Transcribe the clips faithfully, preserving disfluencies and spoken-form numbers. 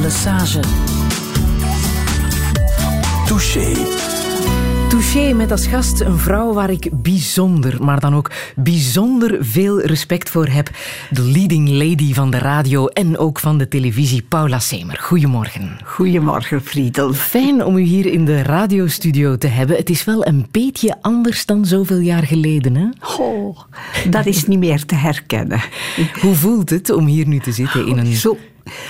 Lesage. Touché. Touché met als gast een vrouw waar ik bijzonder, maar dan ook bijzonder veel respect voor heb. De leading lady van de radio en ook van de televisie, Paula Semer. Goedemorgen. Goedemorgen, Friedel. Fijn om u hier in de radiostudio te hebben. Het is wel een beetje anders dan zoveel jaar geleden, hè? Oh, dat is niet meer te herkennen. Hoe voelt het om hier nu te zitten in een... Zo,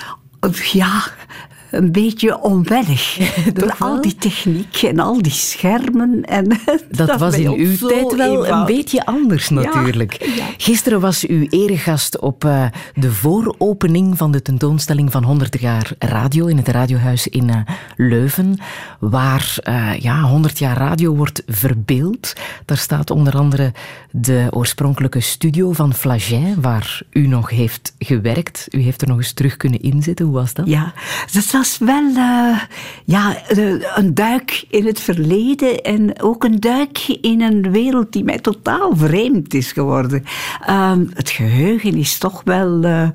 ja... Een beetje onwennig. Door al die techniek en al die schermen. En dat, dat was in uw tijd wel eenvoud. Een beetje anders natuurlijk. Ja, ja. Gisteren was u eregast op uh, de vooropening van de tentoonstelling van honderd jaar radio in het Radiohuis in uh, Leuven. Waar uh, ja, honderd jaar radio wordt verbeeld. Daar staat onder andere de oorspronkelijke studio van Flagey, waar u nog heeft gewerkt. U heeft er nog eens terug kunnen inzitten. Hoe was dat? Ja, dat was wel uh, ja, een duik in het verleden en ook een duik in een wereld die mij totaal vreemd is geworden. Uh, het geheugen is toch wel uh,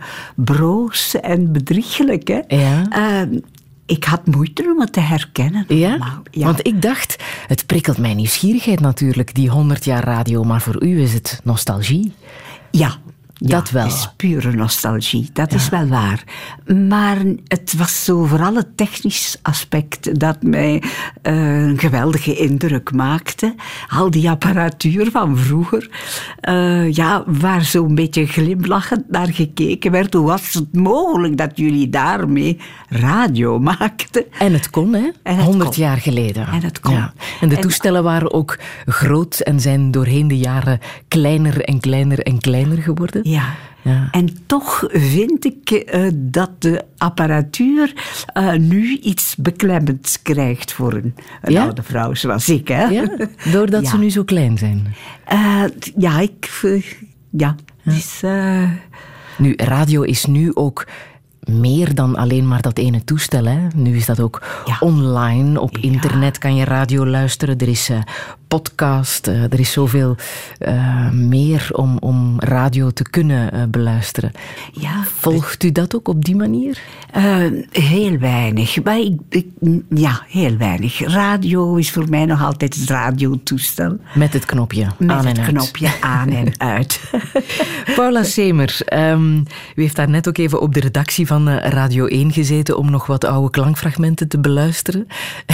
broos en bedriegelijk, hè? Ja. Uh, Ik had moeite om het te herkennen. Ja? Maar, ja? Want ik dacht, het prikkelt mijn nieuwsgierigheid natuurlijk, die honderd jaar radio, maar voor u is het nostalgie. Ja. Dat ja, wel. Het is pure nostalgie, dat ja. is wel waar. Maar het was zo vooral het technisch aspect dat mij uh, een geweldige indruk maakte. Al die apparatuur van vroeger, uh, ja, waar zo'n beetje glimlachend naar gekeken werd. Hoe was het mogelijk dat jullie daarmee radio maakten? En het kon, hè? honderd jaar geleden. En het kon. Ja. En de en, toestellen waren ook groot en zijn doorheen de jaren kleiner en kleiner en kleiner geworden. Ja. Ja. En toch vind ik uh, dat de apparatuur uh, nu iets beklemmends krijgt voor een, een ja? oude vrouw zoals ik. Hè? Ja? Doordat ja. ze nu zo klein zijn? Uh, ja, ik... Uh, ja, ja. Dus, uh... Nu, radio is nu ook... meer dan alleen maar dat ene toestel. Hè? Nu is dat ook ja. online. Op ja. internet kan je radio luisteren. Er is uh, podcast. Uh, er is zoveel uh, meer om, om radio te kunnen uh, beluisteren. Ja. Volgt u dat ook op die manier? Uh, heel weinig. Maar ik, ik, ja, heel weinig. Radio is voor mij nog altijd het radiotoestel. Met het knopje Met aan het en uit. knopje aan en uit. Paula Semer, um, u heeft daar net ook even op de redactie van van Radio één gezeten om nog wat oude klankfragmenten te beluisteren.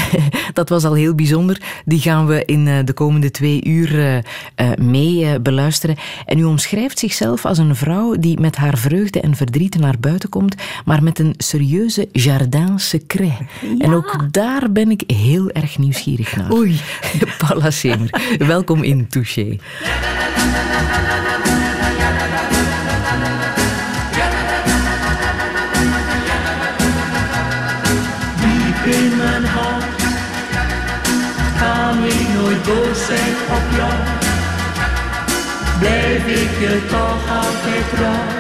Dat was al heel bijzonder. Die gaan we in de komende twee uur uh, mee uh, beluisteren. En u omschrijft zichzelf als een vrouw die met haar vreugde en verdriet naar buiten komt, maar met een serieuze jardin secret. Ja. En ook daar ben ik heel erg nieuwsgierig naar. Oei. Paula Semer, welkom in Touché. In mijn hart kan ik nooit boos zijn op jou. Blijf ik je toch altijd trouw.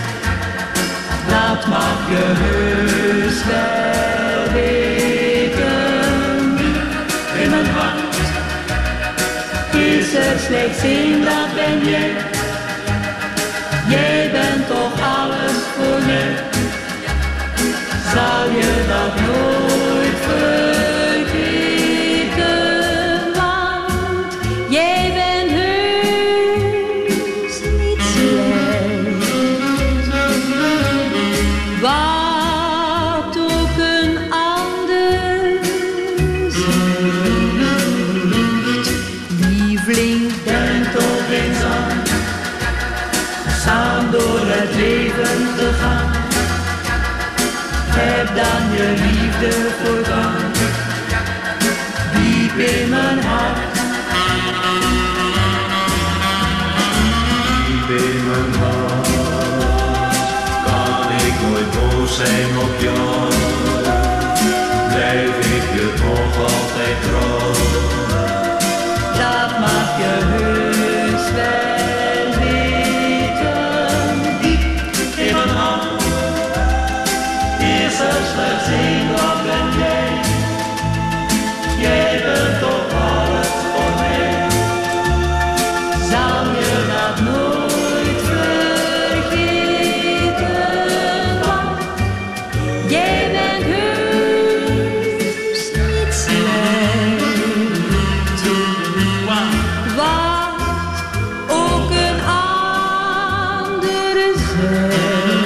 Dat mag je heus wel weten. In mijn hart is er slechts één, dat ben jij. Jij bent toch alles voor mij. Zal je dat nooit vergeten, want jij bent heus niet slecht. Wat ook een ander zegt. Lieveling, denk toch eens aan, samen door het leven te gaan. Heb dan je liefde voorgaan, diep in mijn hart. Diep in mijn hart kan ik nooit boos zijn op jou. Blijf ik je toch altijd trouw. Dat mag je heus wel weten. Diep in mijn hart is er slechts één, wat ben jij. Jij bent toch alles voor mij. Zal je dat nooit vergeten, want jij zijn.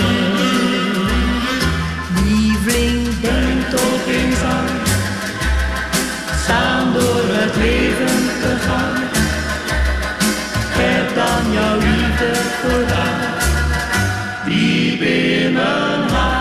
Lieveling, denk toch eens aan, samen door het leven te gaan. Heb dan jouw liefde gedaan, diep in mijn hart.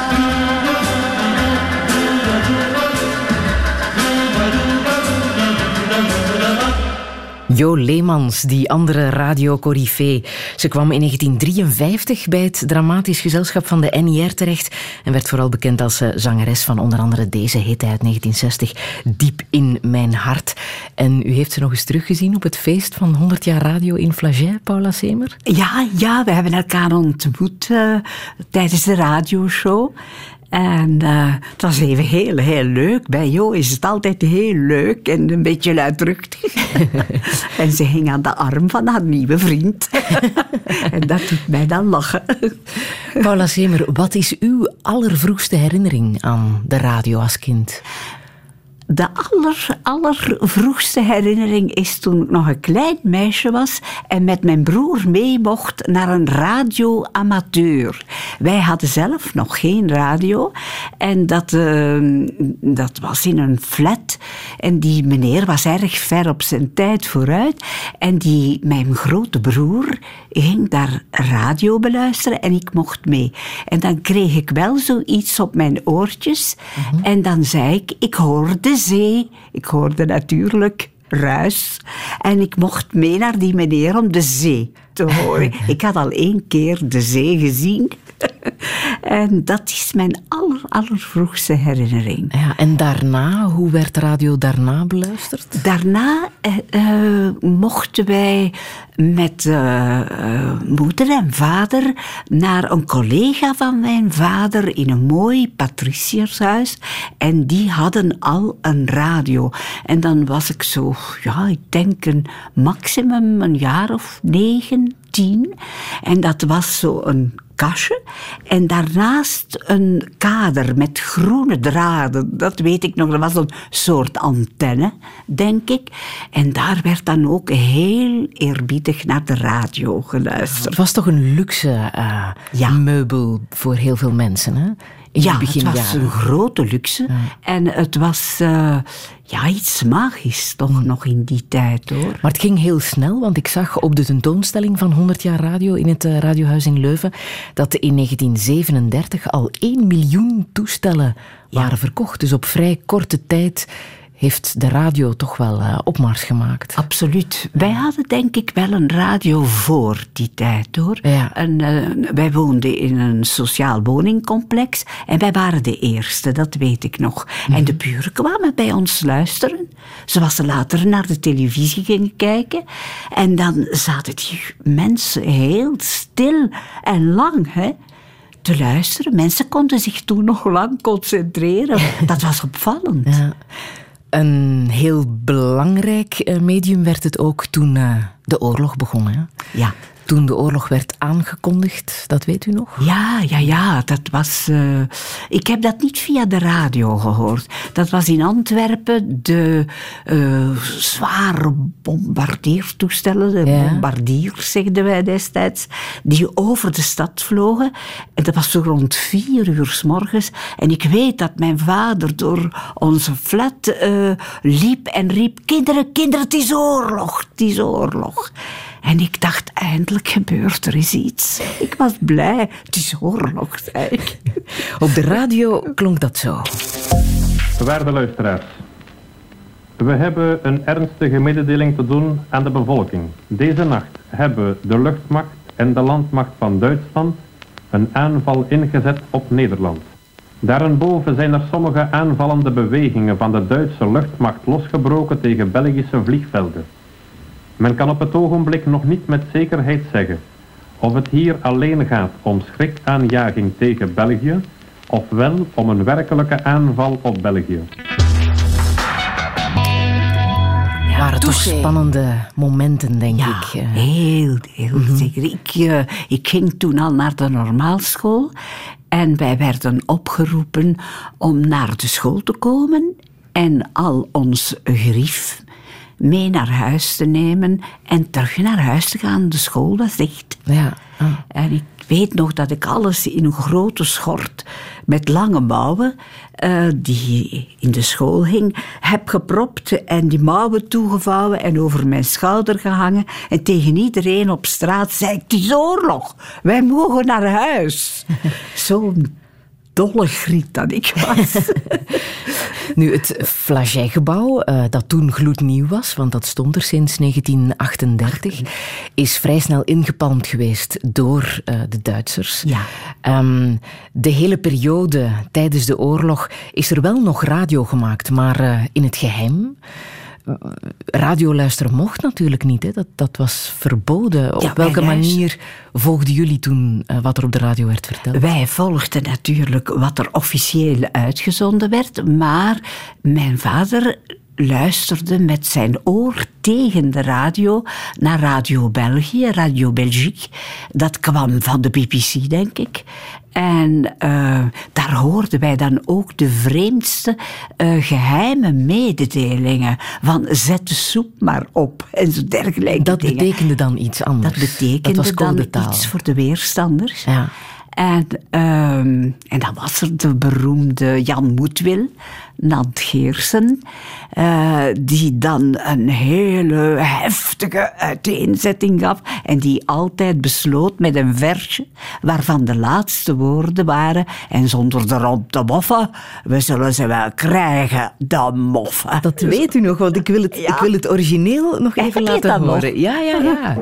Jo Leemans, die andere radiocorifee. Ze kwam in negentien drieënvijftig bij het Dramatisch Gezelschap van de N I R terecht en werd vooral bekend als zangeres van onder andere deze hit uit negentien zestig, Diep in mijn hart. En u heeft ze nog eens teruggezien op het feest van honderd jaar radio in Flagey, Paula Semer? Ja, ja, we hebben elkaar ontmoet uh, tijdens de radioshow. En uh, het was even heel, heel leuk. Bij Jo is het altijd heel leuk en een beetje luidruchtig. En ze hing aan de arm van haar nieuwe vriend. En dat doet mij dan lachen. Paula Semer, wat is uw allervroegste herinnering aan de radio als kind? De aller, allervroegste herinnering is toen ik nog een klein meisje was en met mijn broer mee mocht naar een radioamateur. Wij hadden zelf nog geen radio en dat, uh, dat was in een flat. En die meneer was erg ver op zijn tijd vooruit. En die, mijn grote broer ging daar radio beluisteren en ik mocht mee. En dan kreeg ik wel zoiets op mijn oortjes. Mm-hmm. En dan zei ik, ik hoorde zee. Ik hoorde natuurlijk ruis. En ik mocht mee naar die meneer om de zee te horen. Ik had al één keer de zee gezien. En dat is mijn aller, allervroegste herinnering. Ja, en daarna, hoe werd de radio daarna beluisterd? Daarna eh, uh, mochten wij met uh, uh, moeder en vader naar een collega van mijn vader in een mooi patriciershuis. En die hadden al een radio. En dan was ik zo, ja, ik denk een maximum een jaar of negen, tien. En dat was zo een kastje en daarnaast een kader met groene draden. Dat weet ik nog, dat was een soort antenne, denk ik. En daar werd dan ook heel eerbiedig naar de radio geluisterd. Het was toch een luxe uh, ja. meubel voor heel veel mensen, hè? In ja, het was een grote luxe. Ja. En het was uh, ja, iets magisch toch hmm. nog in die tijd, hoor. Maar het ging heel snel, want ik zag op de tentoonstelling van honderd jaar radio in het uh, radiohuis in Leuven dat in negentien zevenendertig al één miljoen toestellen ja. waren verkocht. Dus op vrij korte tijd heeft de radio toch wel uh, opmars gemaakt. Absoluut. Wij hadden denk ik wel een radio voor die tijd, hoor. Ja. En, uh, wij woonden in een sociaal woningcomplex en wij waren de eerste, dat weet ik nog. Mm-hmm. En de buren kwamen bij ons luisteren, zoals ze later naar de televisie gingen kijken. En dan zaten die mensen heel stil en lang, hè, te luisteren. Mensen konden zich toen nog lang concentreren. Dat was opvallend. Ja. Een heel belangrijk medium werd het ook toen uh, de oorlog begon. Hè? Ja. Toen de oorlog werd aangekondigd, dat weet u nog? Ja, ja, ja. Dat was, uh, ik heb dat niet via de radio gehoord. Dat was in Antwerpen de uh, zware bombardeertoestellen, de ja. bombardiers, zegden wij destijds, die over de stad vlogen. En dat was zo rond vier uur 's morgens. En ik weet dat mijn vader door onze flat uh, liep en riep, kinderen, kinderen, het is oorlog, het is oorlog. En ik dacht, eindelijk gebeurt er eens iets. Ik was blij. Het is oorlog, zei ik. Op de radio klonk dat zo. Waarde luisteraars. We hebben een ernstige mededeling te doen aan de bevolking. Deze nacht hebben de luchtmacht en de landmacht van Duitsland een aanval ingezet op Nederland. Daarenboven zijn er sommige aanvallende bewegingen van de Duitse luchtmacht losgebroken tegen Belgische vliegvelden. Men kan op het ogenblik nog niet met zekerheid zeggen of het hier alleen gaat om schrikaanjaging tegen België, ofwel om een werkelijke aanval op België. Ja, waren toch spannende momenten, denk ja, ik. Ja, heel, heel mm-hmm. zeker. Ik, uh, ik ging toen al naar de normaalschool en wij werden opgeroepen om naar de school te komen en al ons grief mee naar huis te nemen en terug naar huis te gaan. De school was dicht. Ja. Ah. En ik weet nog dat ik alles in een grote schort met lange mouwen, uh, die in de school hing, heb gepropt en die mouwen toegevouwen en over mijn schouder gehangen. En tegen iedereen op straat zei ik, het is oorlog, wij mogen naar huis. Zo'n dolle griet dat ik was. Nu, het Flagey-gebouw, uh, dat toen gloednieuw was, want dat stond er sinds negentien achtendertig, is vrij snel ingepalmd geweest door uh, de Duitsers. Ja. Um, de hele periode tijdens de oorlog is er wel nog radio gemaakt, maar uh, in het geheim. Radioluisteren mocht natuurlijk niet, hè. Dat, dat was verboden. Op ja, welke manier volgden jullie toen uh, wat er op de radio werd verteld? Wij volgden natuurlijk wat er officieel uitgezonden werd, maar mijn vader luisterde met zijn oor tegen de radio naar Radio België, Radio Belgique. Dat kwam van de B B C, denk ik. En uh, daar hoorden wij dan ook de vreemdste uh, geheime mededelingen. Van zet de soep maar op en zo dergelijke Dat dingen. betekende dan iets anders. Dat betekende dat was dan codetaal. iets voor de weerstanders. Ja. En, um, en dan was er de beroemde Jan Moedwil, Nant Geersen, uh, die dan een hele heftige uiteenzetting gaf en die altijd besloot met een versje waarvan de laatste woorden waren en zonder erop te moffen, we zullen ze wel krijgen, de moffen. Dat weet u nog, want ik wil het, Ja. ik wil het origineel nog Heb even je laten dat nog? horen. Ja, ja, ja.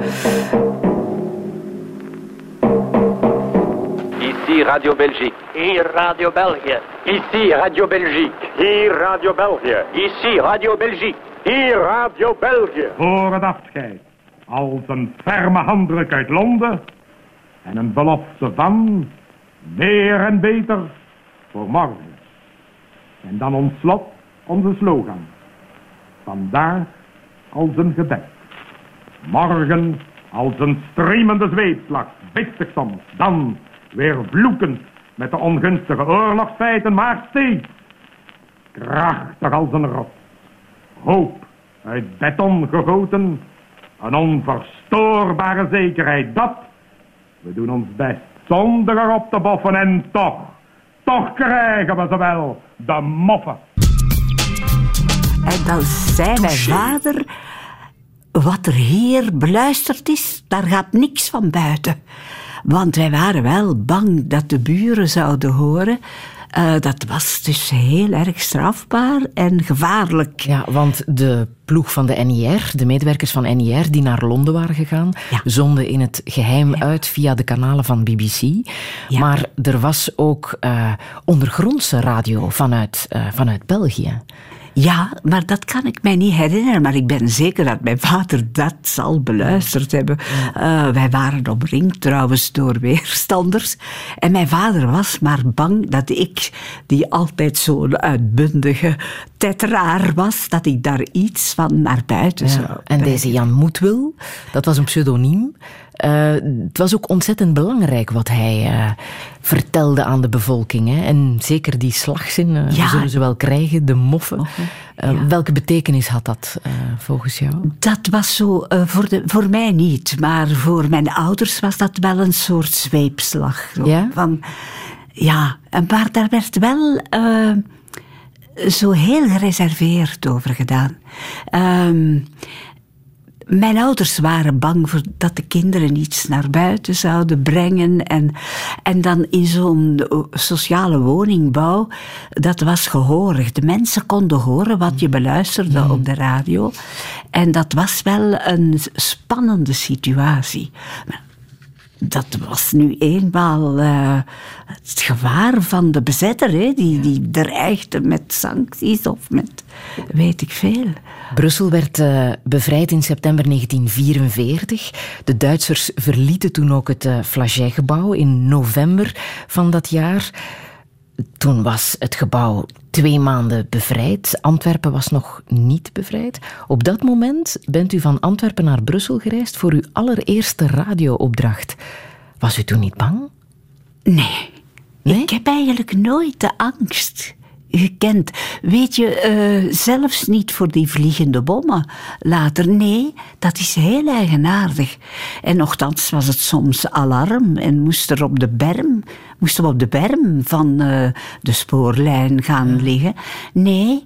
Ici Radio Belgique. Hier Radio België. Ici Radio Belgique. Hier Radio België. Ici Radio Belgique. Hier Radio België. Voor het afscheid, als een ferme handdruk uit Londen en een belofte van meer en beter voor morgen. En dan ons slot, onze slogan. Vandaag als een gebed. Morgen als een streamende zweetslag, bitter soms, dan weer vloekend met de ongunstige oorlogsfeiten, maar steeds krachtig als een rots. Hoop uit beton gegoten, een onverstoorbare zekerheid dat we doen ons best zonder erop te boffen en toch, toch krijgen we ze wel, de moffen. En dan zei mijn vader, wat er hier beluisterd is, daar gaat niks van buiten. Want wij waren wel bang dat de buren zouden horen. Uh, dat was dus heel erg strafbaar en gevaarlijk. Ja, want de ploeg van de N I R, de medewerkers van N I R die naar Londen waren gegaan, Ja. zonden in het geheim Ja. uit via de kanalen van B B C. Ja. Maar er was ook uh, ondergrondse radio vanuit, uh, vanuit België. Ja, maar dat kan ik mij niet herinneren. Maar ik ben zeker dat mijn vader dat zal beluisterd hebben. Uh, wij waren omringd trouwens door weerstanders. En mijn vader was maar bang dat ik, die altijd zo'n uitbundige tetraar was, dat ik daar iets van naar buiten zou Ja. En brengen. deze Jan Moedwil, dat was een pseudoniem. Uh, het was ook ontzettend belangrijk wat hij uh, vertelde aan de bevolking. Hè? En zeker die slagzin, uh, Ja. we zullen ze wel krijgen, de moffen. Moffen, Uh, ja. Welke betekenis had dat uh, volgens jou? Dat was zo, uh, voor, de, voor mij niet, maar voor mijn ouders was dat wel een soort zweepslag. Zo. Ja? Van, ja, maar daar werd wel uh, zo heel gereserveerd over gedaan. Um, Mijn ouders waren bang voor dat de kinderen iets naar buiten zouden brengen. En, en dan in zo'n sociale woningbouw, dat was gehoorig. De mensen konden horen wat je beluisterde mm. op de radio. En dat was wel een spannende situatie. Dat was nu eenmaal uh, het gevaar van de bezetter, hè, die, die dreigde met sancties of met weet ik veel. Brussel werd uh, bevrijd in september negentien vierenveertig. De Duitsers verlieten toen ook het uh, Flagey-gebouw in november van dat jaar. Toen was het gebouw twee maanden bevrijd. Antwerpen was nog niet bevrijd. Op dat moment bent u van Antwerpen naar Brussel gereisd voor uw allereerste radioopdracht. Was u toen niet bang? Nee. Nee? Ik heb eigenlijk nooit de angst gekend. Weet je, uh, zelfs niet voor die vliegende bommen later. Nee, dat is heel eigenaardig. En nochtans was het soms alarm en moest er op de berm, moesten we op de berm van uh, de spoorlijn gaan liggen. Nee,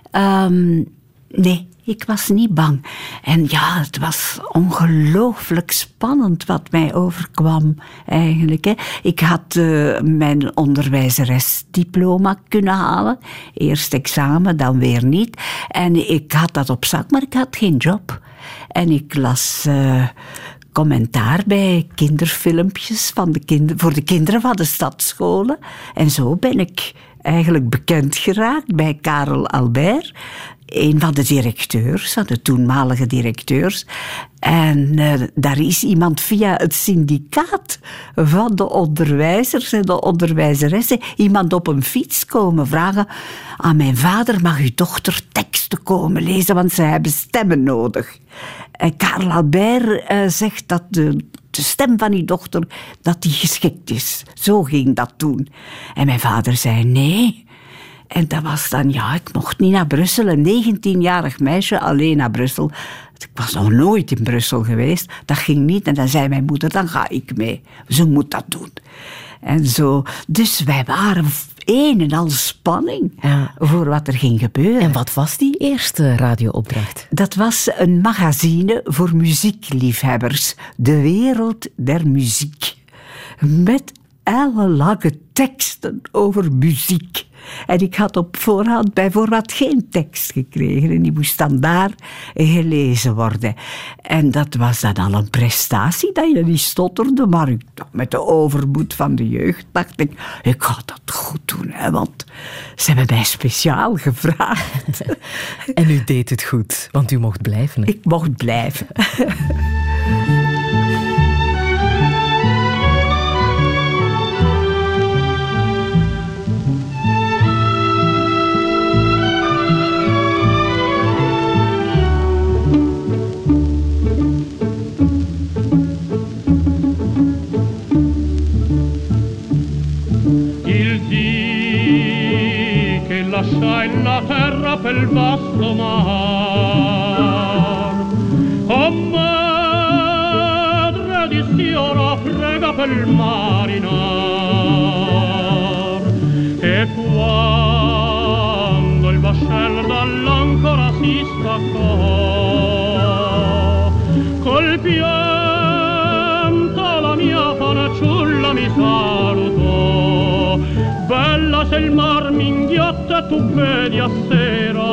um, nee. Ik was niet bang. En ja, het was ongelooflijk spannend wat mij overkwam eigenlijk. Hè. Ik had uh, mijn onderwijzeresdiploma kunnen halen. Eerst examen, dan weer niet. En ik had dat op zak, maar ik had geen job. En ik las uh, commentaar bij kinderfilmpjes van de kinder, voor de kinderen van de stadsscholen. En zo ben ik eigenlijk bekend geraakt bij Karel Albert, een van de directeurs, de toenmalige directeurs. En uh, daar is iemand via het syndicaat van de onderwijzers en de onderwijzeressen iemand op een fiets komen vragen: aan mijn vader mag uw dochter teksten komen lezen, want ze hebben stemmen nodig. En Karel Albert uh, zegt dat de, de stem van uw dochter dat die geschikt is. Zo ging dat toen. En mijn vader zei nee. En dat was dan, ja, ik mocht niet naar Brussel. Een negentienjarig meisje alleen naar Brussel. Ik was nog nooit in Brussel geweest. Dat ging niet. En dan zei mijn moeder, dan ga ik mee. Ze moet dat doen. En zo. Dus wij waren een en al spanning ja. voor wat er ging gebeuren. En wat was die eerste radioopdracht? Dat was een magazine voor muziekliefhebbers. De wereld der muziek. Met ellenlange teksten over muziek. En ik had op voorhand bij voorraad geen tekst gekregen. En die moest dan daar gelezen worden. En dat was dan al een prestatie, dat je niet stotterde. Maar ik, met de overmoed van de jeugd dacht ik, ik ga dat goed doen. Hè, want ze hebben mij speciaal gevraagd. En u deed het goed, want u mocht blijven. Hè? Ik mocht blijven. Lasciai la terra pel vasto mar. Oh madre di Siora, prega pel marinar. E quando il vascello dall'ancora si staccò, col pianto la mia fanciulla mi salutò. Bella se il mar mi inghiotta tu vedi a sera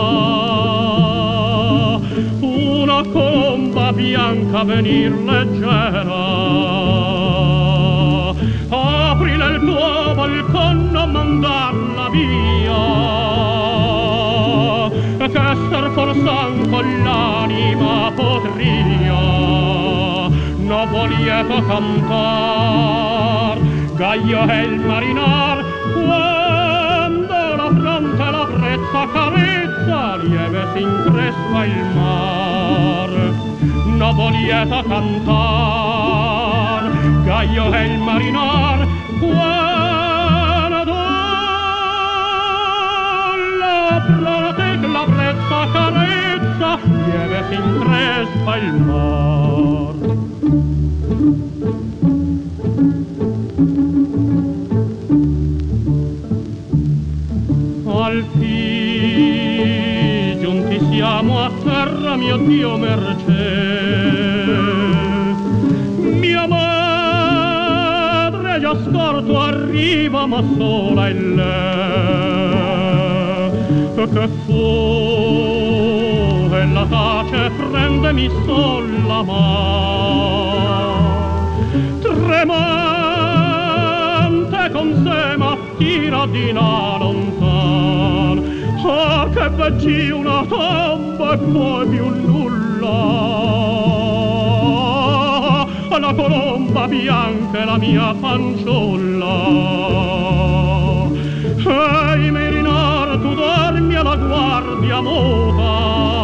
una colomba bianca venir leggera. Apri nel tuo balcone, non mandarla via, che star forsan con l'anima potria. No volieto cantar, Gaio è il marinar, quando la fronte la brezza carezza, lieve s'increspa il mar. No volieto cantar, Gaio è il marinar, quando la fronte la brezza carezza, lieve s'increspa il mar. Alfi, giunti siamo a terra, mio Dio mercè. Mia madre già scorto arriva, ma sola è lei. Che fu e la tace prendemi sola mano. Tremante con sé m'attira di là lontan. Ah, che veggi una tomba e poi più nulla. La colomba bianca è la mia fanciulla. Ehi, Merinar, tu dormi alla guardia muta.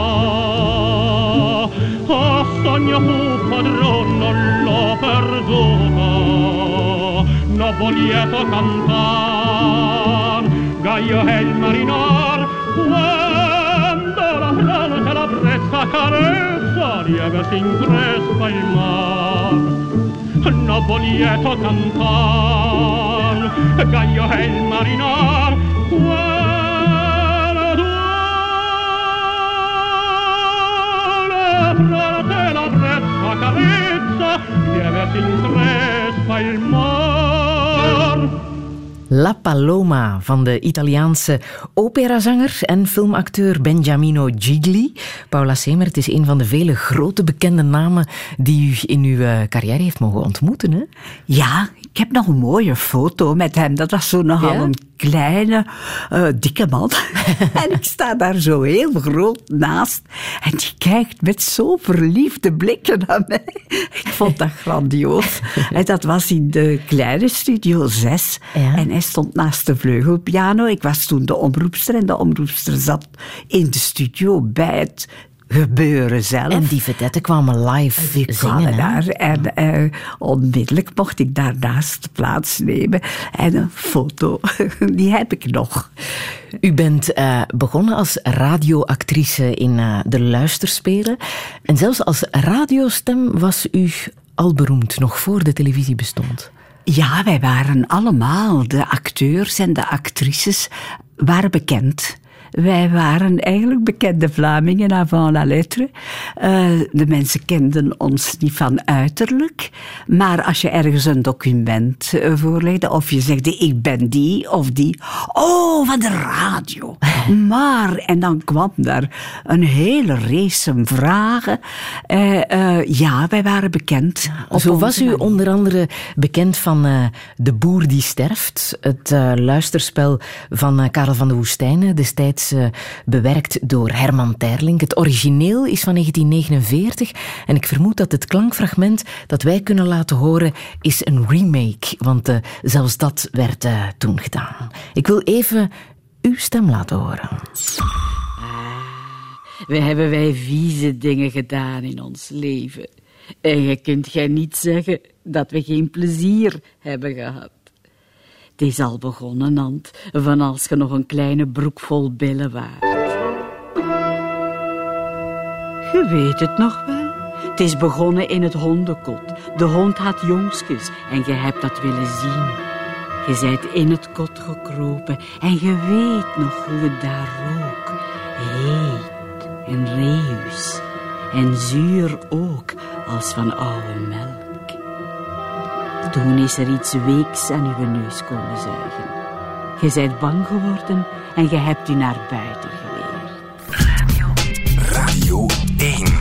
Ah, sogno fu padron, non l'ho perduta. No volieto cantar, Gallo è il marinar, quando la fronte la brezza carezza, lieve si increspa il mar. No volieto cantar, Gallo è il marinar, quando la fronte la brezza carezza, lieve si increspa il mar. La Paloma van de Italiaanse operazanger en filmacteur Beniamino Gigli. Paula Semert is een van de vele grote bekende namen die u in uw carrière heeft mogen ontmoeten, hè? Ja, ik heb nog een mooie foto met hem. Dat was zo nogal ja? een kleine, uh, dikke man. En ik sta daar zo heel groot naast. En die kijkt met zo verliefde blikken naar mij. Ik vond dat grandioos. En dat was in de kleine Studio zes. Ja. En hij stond naast de vleugelpiano. Ik was toen de omroepster. En de omroepster zat in de studio bij het gebeuren zelf. En die vedetten kwamen live die zingen. Kwamen daar, en uh, onmiddellijk mocht ik daarnaast plaatsnemen. En een foto, die heb ik nog. U bent uh, begonnen als radioactrice in uh, de luisterspelen. En zelfs als radiostem was u al beroemd, nog voor de televisie bestond. Ja, wij waren allemaal, de acteurs en de actrices, waren bekend. Wij waren eigenlijk bekende Vlamingen avant la lettre. Uh, de mensen kenden ons niet van uiterlijk. Maar als je ergens een document uh, voorlegde, of je zegde ik ben die of die. Oh, van de radio. Maar, en dan kwam daar een hele race vragen. Uh, uh, ja, wij waren bekend. Zo was u manier. onder andere bekend van uh, De Boer die sterft. Het uh, luisterspel van uh, Karel van de Woestijnen, destijds Uh, bewerkt door Herman Terling. Het origineel is van negentien negenenveertig en ik vermoed dat het klankfragment dat wij kunnen laten horen is een remake, want uh, zelfs dat werd uh, toen gedaan. Ik wil even uw stem laten horen. We hebben wij vieze dingen gedaan in ons leven. En je kunt jij niet zeggen dat we geen plezier hebben gehad. Het is al begonnen, Ant, van als je nog een kleine broek vol billen waart. Je weet het nog wel. Het is begonnen in het hondenkot. De hond had jongskes en je hebt dat willen zien. Je zijt in het kot gekropen en je weet nog hoe het daar rook. Heet en reus en zuur ook als van oude melk. Toen is er iets weeks aan uw neus komen zuigen. Je bent bang geworden en je hebt u naar buiten geleerd. Radio. Radio één.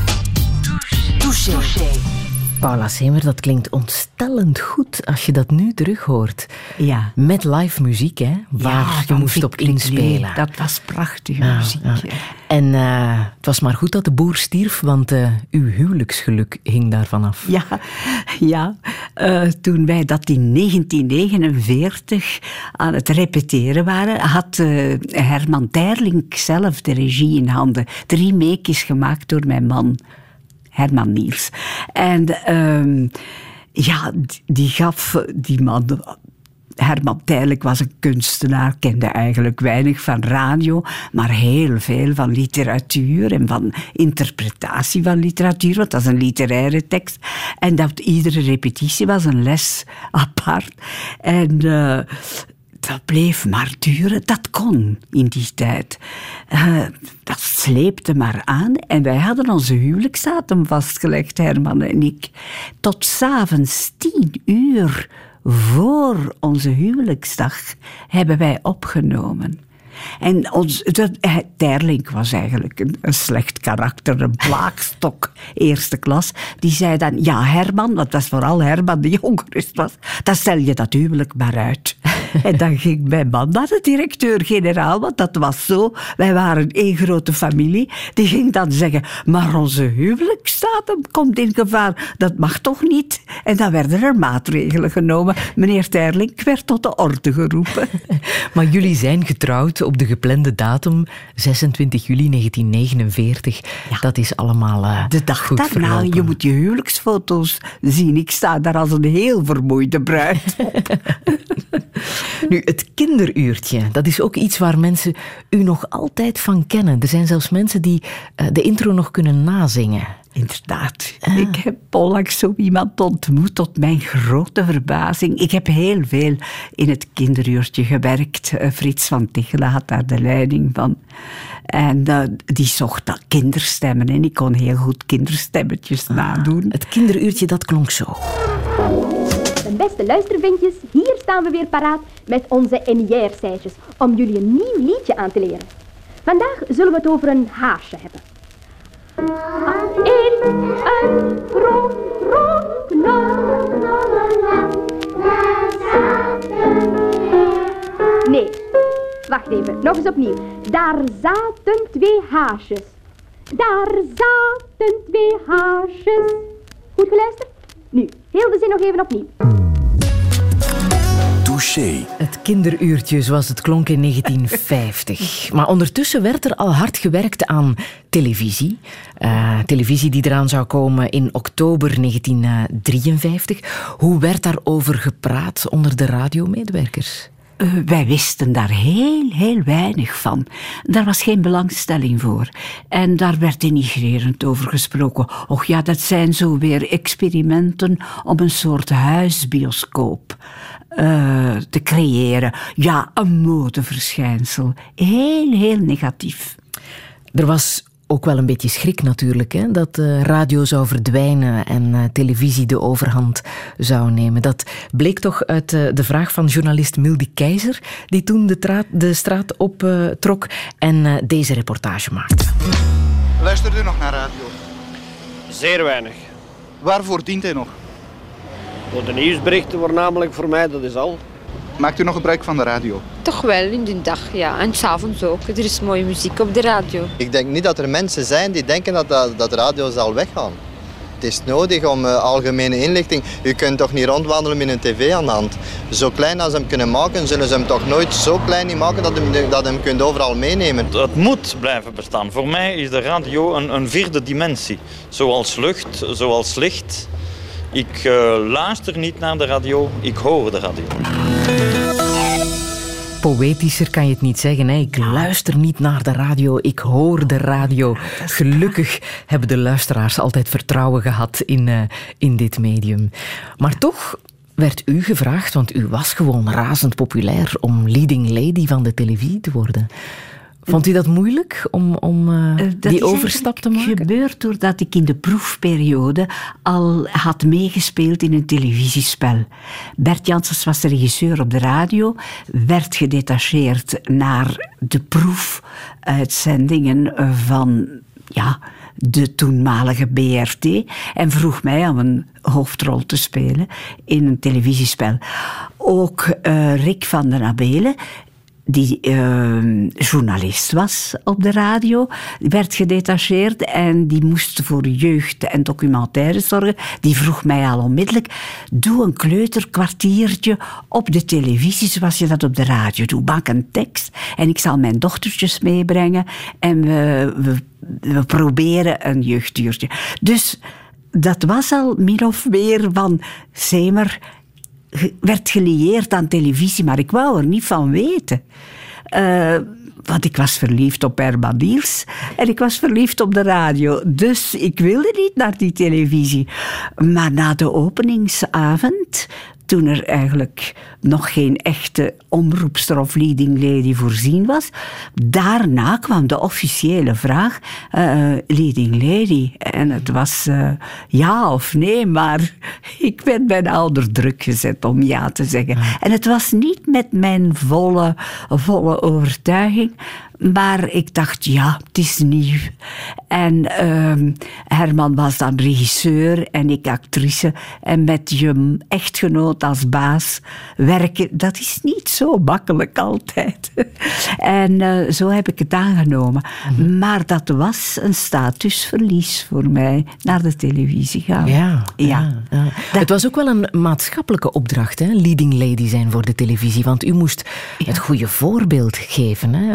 Touché. Touché. Paula Semert, dat klinkt ontstellend goed als je dat nu terug hoort. Ja. Met live muziek, hè, waar ja, je moest op inspelen. Dat was prachtige ja, muziek. Ja. En uh, het was maar goed dat de boer stierf, want uh, uw huwelijksgeluk hing daarvan af. Ja, ja. Uh, toen wij dat in negentien negenenveertig aan het repeteren waren, had uh, Herman Terling zelf de regie in handen. De remake is gemaakt door mijn man, Herman Niels. En um, ja, die gaf die man... Herman Terling was een kunstenaar, kende eigenlijk weinig van radio, maar heel veel van literatuur en van interpretatie van literatuur, want dat is een literaire tekst. En dat iedere repetitie was een les apart. En uh, dat bleef maar duren. Dat kon in die tijd. Uh, dat sleepte maar aan. En wij hadden onze huwelijksdatum vastgelegd, Herman en ik. Tot 's avonds tien uur voor onze huwelijksdag hebben wij opgenomen. En ons, de, Terling was eigenlijk een, een slecht karakter, een plaagstok, eerste klas. Die zei dan, ja Herman, want dat was vooral Herman die ongerust was, dan stel je dat huwelijk maar uit. En dan ging mijn man naar de directeur-generaal, want dat was zo. Wij waren één grote familie. Die ging dan zeggen, maar onze huwelijksdatum komt in gevaar. Dat mag toch niet? En dan werden er maatregelen genomen. Meneer Terling werd tot de orde geroepen. Maar jullie zijn getrouwd op de geplande datum, zesentwintig juli negentien negenenveertig. Ja. Dat is allemaal uh, de dag goed daarna, verlopen. Je moet je huwelijksfoto's zien. Ik sta daar als een heel vermoeide bruid op. Nu, het kinderuurtje, dat is ook iets waar mensen u nog altijd van kennen. Er zijn zelfs mensen die uh, de intro nog kunnen nazingen. Inderdaad. Ah. Ik heb onlangs zo iemand ontmoet, tot mijn grote verbazing. Ik heb heel veel in het kinderuurtje gewerkt. Frits van Tichelen had daar de leiding van. En uh, die zocht dat kinderstemmen. En ik kon heel goed kinderstemmetjes ah. nadoen. Het kinderuurtje, dat klonk zo. Mijn beste luistervindjes, hier staan we weer paraat met onze N I R-cijfers om jullie een nieuw liedje aan te leren. Vandaag zullen we het over een haasje hebben. In een groen, groen knol. Nee, wacht even, nog eens opnieuw. Daar zaten twee haasjes. Daar zaten twee haasjes. Goed geluisterd? Nu, heel de zin nog even opnieuw. Touché. Het kinderuurtje zoals het klonk in negentien vijftig. Maar ondertussen werd er al hard gewerkt aan televisie. Uh, televisie die eraan zou komen in oktober negentien drieënvijftig. Hoe werd daarover gepraat onder de radiomedewerkers? Uh, wij wisten daar heel, heel weinig van. Daar was geen belangstelling voor. En daar werd denigrerend over gesproken. Och ja, dat zijn zo weer experimenten om een soort huisbioscoop uh, te creëren. Ja, een modeverschijnsel. Heel, heel negatief. Er was ook wel een beetje schrik natuurlijk, hè? Dat uh, radio zou verdwijnen en uh, televisie de overhand zou nemen. Dat bleek toch uit uh, de vraag van journalist Mildy Keizer, die toen de, tra- de straat op uh, trok en uh, deze reportage maakte. Luistert u nog naar radio? Zeer weinig. Waarvoor dient hij nog? Voor de nieuwsberichten voornamelijk voor mij, dat is al. Maakt u nog gebruik van de radio? Toch wel, in de dag, ja. En 's avonds ook. Er is mooie muziek op de radio. Ik denk niet dat er mensen zijn die denken dat, dat, dat de radio zal weggaan. Het is nodig om uh, algemene inlichting. U kunt toch niet rondwandelen met een tv aan de hand. Zo klein als ze hem kunnen maken, zullen ze hem toch nooit zo klein niet maken dat je dat hem kunt overal meenemen. Het moet blijven bestaan. Voor mij is de radio een, een vierde dimensie. Zoals lucht, zoals licht. Ik uh, luister niet naar de radio, ik hoor de radio. Poëtischer kan je het niet zeggen. Hè? Ik luister niet naar de radio, ik hoor de radio. Gelukkig hebben de luisteraars altijd vertrouwen gehad in, uh, in dit medium. Maar toch werd u gevraagd, want u was gewoon razend populair, om leading lady van de televisie te worden. Vond u dat moeilijk om, om uh, die overstap te maken? Dat is gebeurd doordat ik in de proefperiode al had meegespeeld in een televisiespel. Bert Janssens was de regisseur op de radio, werd gedetacheerd naar de proefuitzendingen van ja, de toenmalige B R T en vroeg mij om een hoofdrol te spelen in een televisiespel. Ook uh, Rick van den Abelen, die uh, journalist was op de radio, werd gedetacheerd en die moest voor jeugd en documentaires zorgen. Die vroeg mij al onmiddellijk, doe een kleuterkwartiertje op de televisie zoals je dat op de radio doet. Maak een tekst en ik zal mijn dochtertjes meebrengen en we, we, we proberen een jeugduurtje. Dus dat was al min of meer van Semer werd gelieerd aan televisie, maar ik wou er niet van weten. Uh, want ik was verliefd op Herman Niels en ik was verliefd op de radio. Dus ik wilde niet naar die televisie. Maar na de openingsavond, toen er eigenlijk nog geen echte omroepster of leading lady voorzien was, daarna kwam de officiële vraag, uh, leading lady. En het was uh, ja of nee, maar ik werd bijna onder druk gezet om ja te zeggen. En het was niet met mijn volle, volle overtuiging, maar ik dacht, ja, het is nieuw. En uh, Herman was dan regisseur en ik actrice. En met je echtgenoot als baas werken, dat is niet zo makkelijk altijd. En uh, zo heb ik het aangenomen. Mm-hmm. Maar dat was een statusverlies voor mij, naar de televisie gaan. Ja, ja. ja, ja. Dat... Het was ook wel een maatschappelijke opdracht, hè? Leading lady zijn voor de televisie. Want u moest ja. het goede voorbeeld geven, hè? Uh,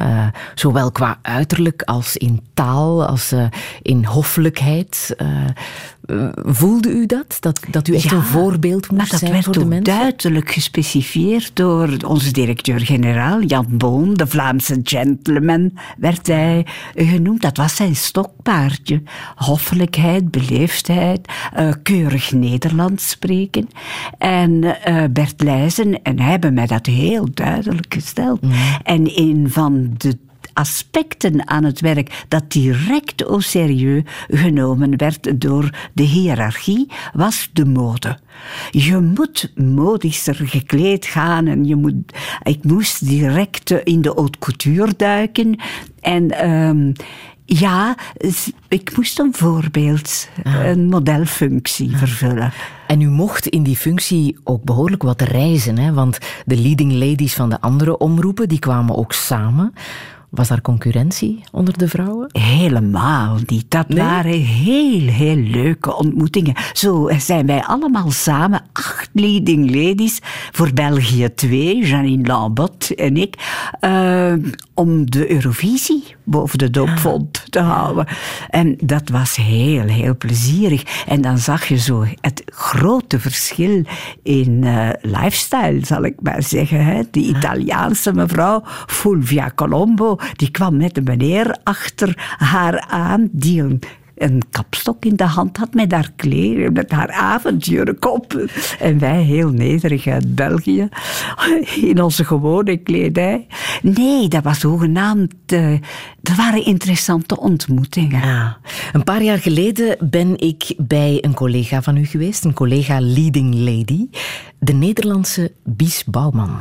zowel qua uiterlijk als in taal, als uh, in hoffelijkheid. Uh, uh, voelde u dat? Dat, dat u echt ja, een voorbeeld moest zijn voor de mensen? Dat werd ook duidelijk gespecificeerd door onze directeur-generaal, Jan Boon, de Vlaamse gentleman, werd hij genoemd. Dat was zijn stokpaardje. Hoffelijkheid, beleefdheid, uh, keurig Nederlands spreken. En uh, Bert Leijzen en hij hebben mij dat heel duidelijk gesteld. Mm. En een van de aspecten aan het werk dat direct au sérieux genomen werd door de hiërarchie, was de mode. Je moet modischer gekleed gaan en je moet, ik moest direct in de haute couture duiken en um, ja, ik moest een voorbeeld, ah. een modelfunctie ah. vervullen. En u mocht in die functie ook behoorlijk wat reizen, hè? Want de leading ladies van de andere omroepen, die kwamen ook samen. Was daar concurrentie onder de vrouwen? Helemaal niet. Dat nee? waren heel, heel leuke ontmoetingen. Zo zijn wij allemaal samen, acht leading ladies, voor België twee, Janine Lambot en ik, uh, om de Eurovisie boven de doopvont te houden. En dat was heel, heel plezierig. En dan zag je zo het grote verschil in uh, lifestyle, zal ik maar zeggen. Hè? Die Italiaanse mevrouw, Fulvia Colombo, die kwam met een meneer achter haar aan, die een, een kapstok in de hand had met haar kleren, met haar avondjurk op. En wij heel nederig uit België, in onze gewone kledij. Nee, dat was zogenaamd... Uh, dat waren interessante ontmoetingen. Ja. Een paar jaar geleden ben ik bij een collega van u geweest, een collega leading lady, de Nederlandse Bies Bouwman.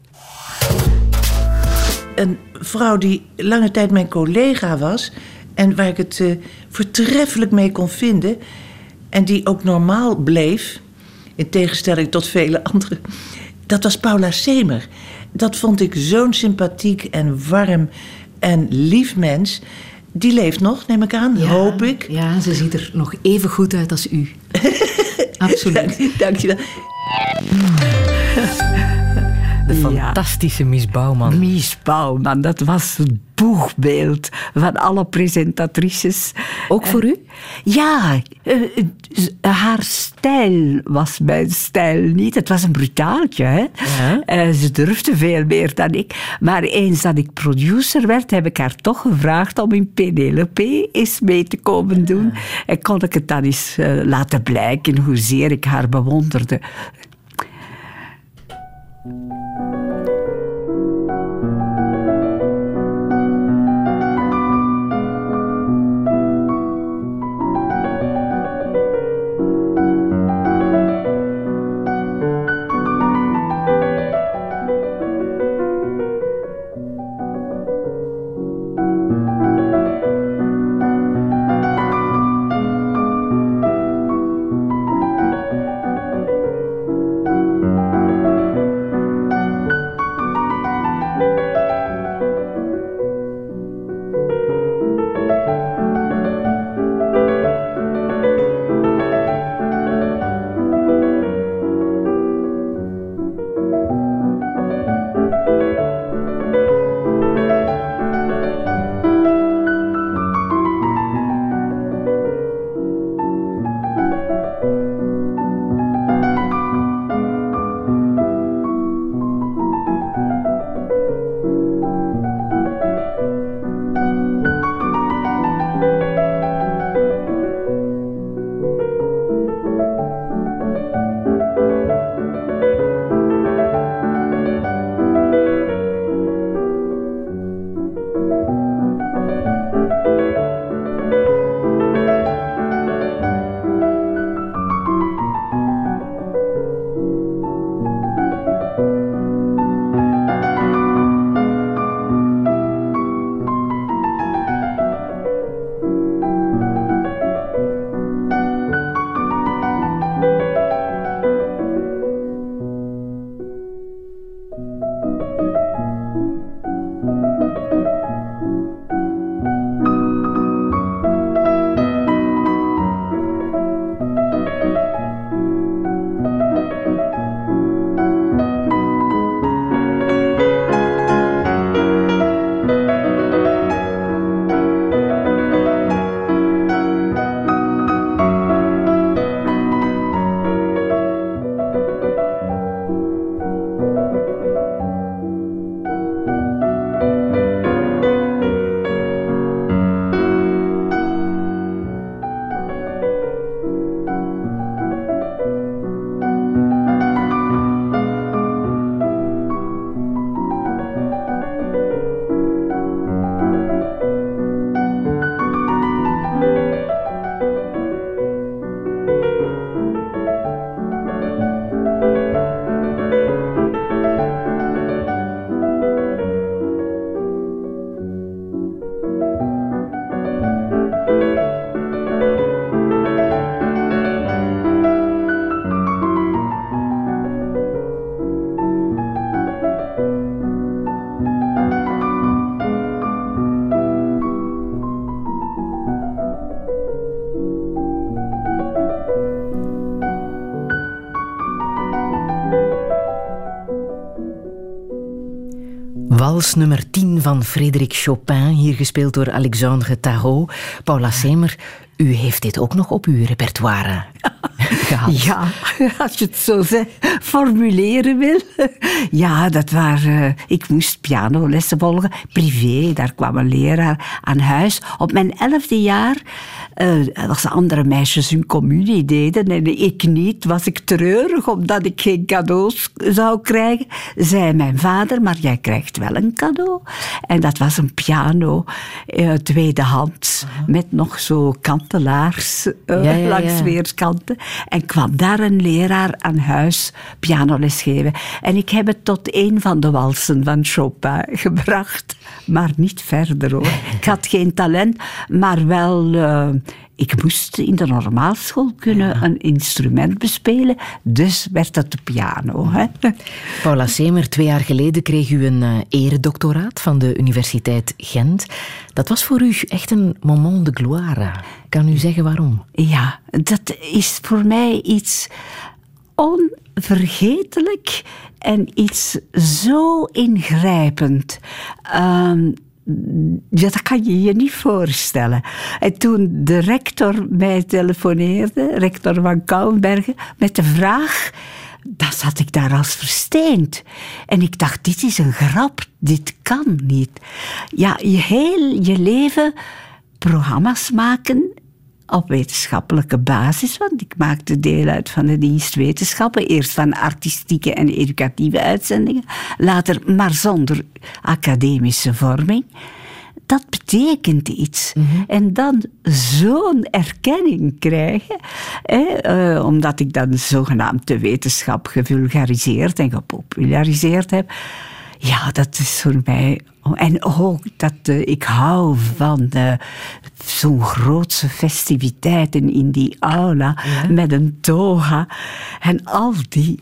Een vrouw die lange tijd mijn collega was en waar ik het uh, voortreffelijk mee kon vinden en die ook normaal bleef, in tegenstelling tot vele anderen, dat was Paula Semer. Dat vond ik zo'n sympathiek en warm en lief mens. Die leeft nog, neem ik aan, ja, hoop ik. Ja, ze ziet er nog even goed uit als u. Absoluut. Dank je wel. De fantastische Mies Bouwman. Mies Bouwman, dat was het boegbeeld van alle presentatrices. Ook voor u? Ja, uh, haar stijl was mijn stijl niet. Het was een brutaaltje, hè. Ja. Uh, ze durfde veel meer dan ik. Maar eens dat ik producer werd, heb ik haar toch gevraagd om in Penelope eens mee te komen doen. Ja. En kon ik het dan eens uh, laten blijken hoezeer ik haar bewonderde. Wals nummer tien van Frédéric Chopin, hier gespeeld door Alexandre Tarot. Paula Semer, u heeft dit ook nog op uw repertoire gehad. Ja, als je het zo zegt, formuleren wil. Ja, dat waren... Ik moest pianolessen volgen, privé. Daar kwam een leraar aan huis. Op mijn elfde jaar, uh, als andere meisjes hun communie deden en ik niet, was ik treurig omdat ik geen cadeaus zou krijgen. Zei mijn vader, maar jij krijgt wel een cadeau. En dat was een piano, uh, tweedehands, uh-huh. met nog zo kantelaars uh, ja, ja, langs ja. weerskanten. En kwam daar een leraar aan huis pianoles geven. En ik heb het tot een van de walsen van Chopin gebracht. Maar niet verder hoor. Ik had geen talent, maar wel... Uh, ik moest in de normaalschool kunnen ja. een instrument bespelen. Dus werd het de piano. Hè? Paula Semer, twee jaar geleden kreeg u een uh, eredoctoraat van de Universiteit Gent. Dat was voor u echt een moment de gloire. Kan u zeggen waarom? Ja, dat is voor mij iets onvergetelijk en iets zo ingrijpend. Um, Ja, dat kan je je niet voorstellen. En toen de rector mij telefoneerde, rector van Kouwenbergen, met de vraag, dan zat ik daar als versteend. En ik dacht, dit is een grap, dit kan niet. Ja, je heel je leven programma's maken op wetenschappelijke basis, want ik maakte deel uit van de dienst wetenschappen, eerst van artistieke en educatieve uitzendingen, later maar zonder academische vorming. Dat betekent iets. Mm-hmm. En dan zo'n erkenning krijgen, hè, uh, omdat ik dan zogenaamd de wetenschap gevulgariseerd en gepopulariseerd heb. Ja, dat is voor mij... En ook dat uh, ik hou van uh, zo'n grootse festiviteiten in die aula, ja. met een toga. En al die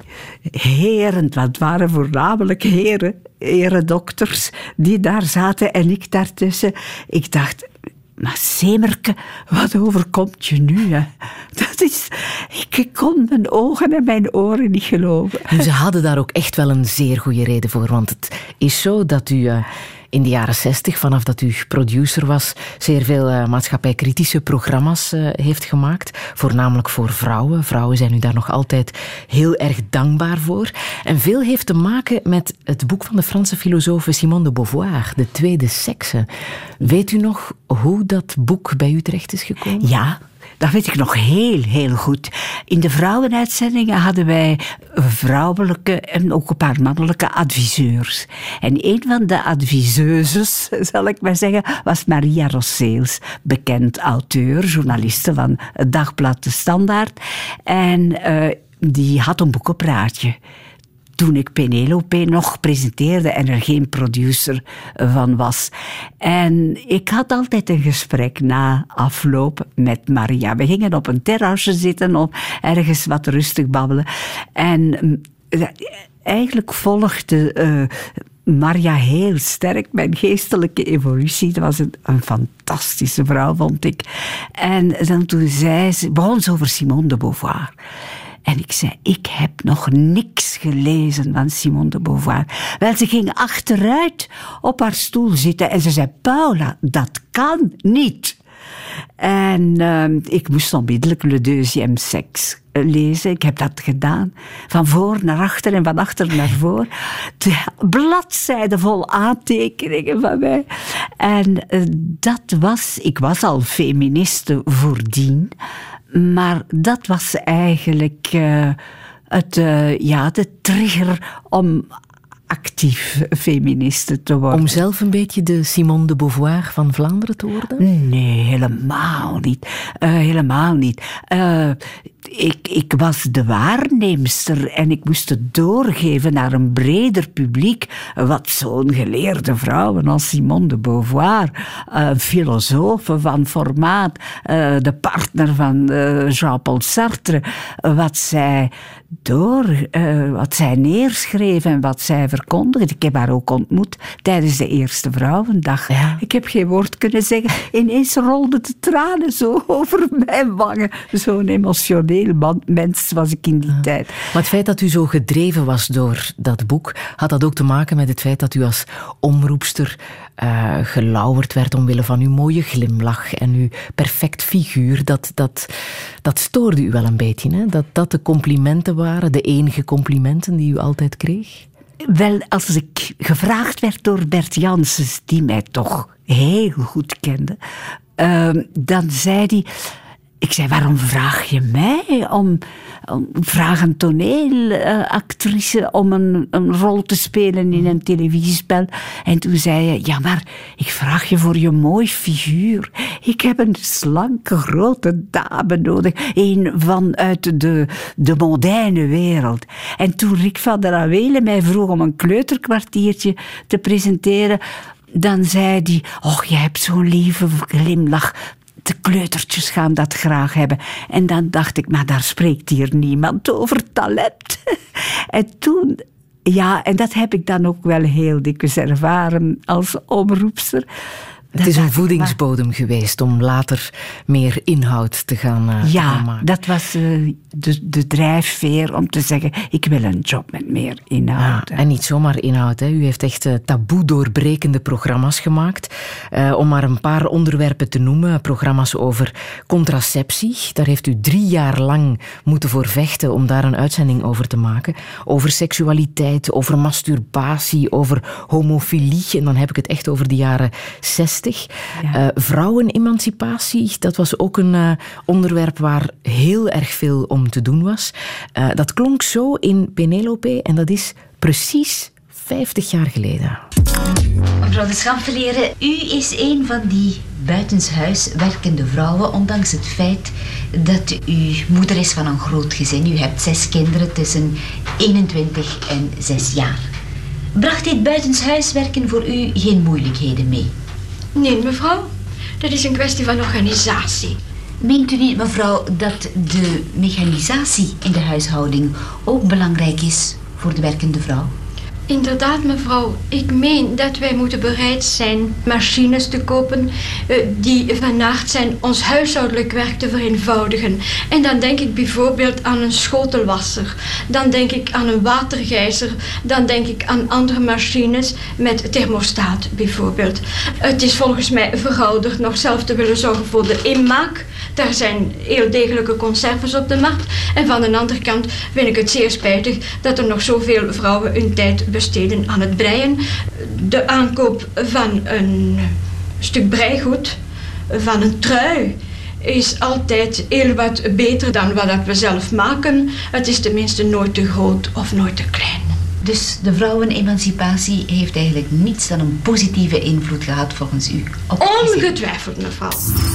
heren, want het waren voornamelijk heren, herendokters, die daar zaten en ik daartussen. Ik dacht... Maar Semerke, wat overkomt je nu? Hè? Dat is... Ik kon mijn ogen en mijn oren niet geloven. Nu, ze hadden daar ook echt wel een zeer goede reden voor. Want het is zo dat u uh, in de jaren zestig, vanaf dat u producer was, zeer veel uh, maatschappijkritische programma's uh, heeft gemaakt. Voornamelijk voor vrouwen. Vrouwen zijn u daar nog altijd heel erg dankbaar voor. En veel heeft te maken met het boek van de Franse filosoof Simone de Beauvoir, De Tweede Sekse. Weet u nog hoe dat boek bij u terecht is gekomen? Ja, dat weet ik nog heel, heel goed. In de vrouwenuitzendingen hadden wij vrouwelijke en ook een paar mannelijke adviseurs. En een van de adviseuses, zal ik maar zeggen, was Maria Rosseels. Bekend auteur, journaliste van het dagblad De Standaard. En uh, die had een boekenpraatje. Toen ik Penelope nog presenteerde en er geen producer van was. En ik had altijd een gesprek na afloop met Maria. We gingen op een terrasje zitten of ergens wat rustig babbelen. En eigenlijk volgde uh, Maria heel sterk mijn geestelijke evolutie. Dat was een, een fantastische vrouw, vond ik. En dan toen zei ze, begon ze over Simone de Beauvoir. En ik zei, ik heb nog niks gelezen van Simone de Beauvoir. Wel, ze ging achteruit op haar stoel zitten en ze zei, Paula, dat kan niet. En uh, ik moest onmiddellijk Le Deuxième Sexe lezen. Ik heb dat gedaan. Van voor naar achter en van achter naar voor. De bladzijden vol aantekeningen van mij. En uh, dat was... Ik was al feministe voordien. Maar dat was eigenlijk uh, het, uh, ja, de trigger om actief feministe te worden. Om zelf een beetje de Simone de Beauvoir van Vlaanderen te worden? Nee, helemaal niet. Uh, helemaal niet. Uh, ik, ik was de waarneemster en ik moest het doorgeven naar een breder publiek. Wat zo'n geleerde vrouw als Simone de Beauvoir, uh, filosofe van formaat, uh, de partner van uh, Jean-Paul Sartre, uh, wat zij door, uh, wat zij neerschreef en wat zij verkondigde. Ik heb haar ook ontmoet tijdens de Eerste Vrouwendag. Ja. Ik heb geen woord kunnen zeggen. Ineens rolden de tranen zo over mijn wangen. Zo'n emotioneel rationeel man, mens was ik in die ja. tijd. Maar het feit dat u zo gedreven was door dat boek, had dat ook te maken met het feit dat u als omroepster uh, gelauwerd werd omwille van uw mooie glimlach en uw perfect figuur. Dat, dat, dat stoorde u wel een beetje, hè? Dat dat de complimenten waren, de enige complimenten die u altijd kreeg? Wel, als ik gevraagd werd door Bert Janssens, die mij toch heel goed kende, uh, dan zei hij... Ik zei, waarom vraag je mij om, om vraag een toneelactrice uh, om een, een rol te spelen in een televisiespel? En toen zei hij, ja, maar ik vraag je voor je mooi figuur. Ik heb een slanke, grote dame nodig. Een vanuit de, de mondaine wereld. En toen Rick van der Awelen mij vroeg om een kleuterkwartiertje te presenteren, dan zei hij, och, jij hebt zo'n lieve glimlach. De kleutertjes gaan dat graag hebben. En dan dacht ik, maar daar spreekt hier niemand over talent. En toen, ja, en dat heb ik dan ook wel heel dikwijls ervaren als omroepster. Het is een voedingsbodem maar geweest om later meer inhoud te gaan, uh, ja, te gaan maken. Dat was uh, de, de drijfveer om te zeggen, ik wil een job met meer inhoud. Ja, en niet zomaar inhoud. Hè. U heeft echt uh, taboe doorbrekende programma's gemaakt. Uh, om maar een paar onderwerpen te noemen. Programma's over contraceptie. Daar heeft u drie jaar lang moeten voor vechten om daar een uitzending over te maken. Over seksualiteit, over masturbatie, over homofilie. En dan heb ik het echt over de jaren zestig. Ja. Uh, vrouwenemancipatie, dat was ook een uh, onderwerp waar heel erg veel om te doen was. Uh, dat klonk zo in Penelope en dat is precies vijftig jaar geleden. Mevrouw de Schampheliere, u is een van die buitenshuis werkende vrouwen, ondanks het feit dat u moeder is van een groot gezin. U hebt zes kinderen tussen eenentwintig en zes jaar. Bracht dit buitenshuiswerken voor u geen moeilijkheden mee? Nee, mevrouw. Dat is een kwestie van organisatie. Meent u niet, mevrouw, dat de mechanisatie in de huishouding ook belangrijk is voor de werkende vrouw? Inderdaad, mevrouw. Ik meen dat wij moeten bereid zijn machines te kopen uh, die van aard zijn ons huishoudelijk werk te vereenvoudigen. En dan denk ik bijvoorbeeld aan een schotelwasser. Dan denk ik aan een watergijzer. Dan denk ik aan andere machines met thermostaat bijvoorbeeld. Het is volgens mij verouderd nog zelf te willen zorgen voor de inmaak. Daar zijn heel degelijke conserves op de markt. En van de andere kant vind ik het zeer spijtig dat er nog zoveel vrouwen hun tijd besteden aan het breien. De aankoop van een stuk breigoed, van een trui, is altijd heel wat beter dan wat we zelf maken. Het is tenminste nooit te groot of nooit te klein. Dus de vrouwenemancipatie heeft eigenlijk niets dan een positieve invloed gehad volgens u? Ongetwijfeld, mevrouw.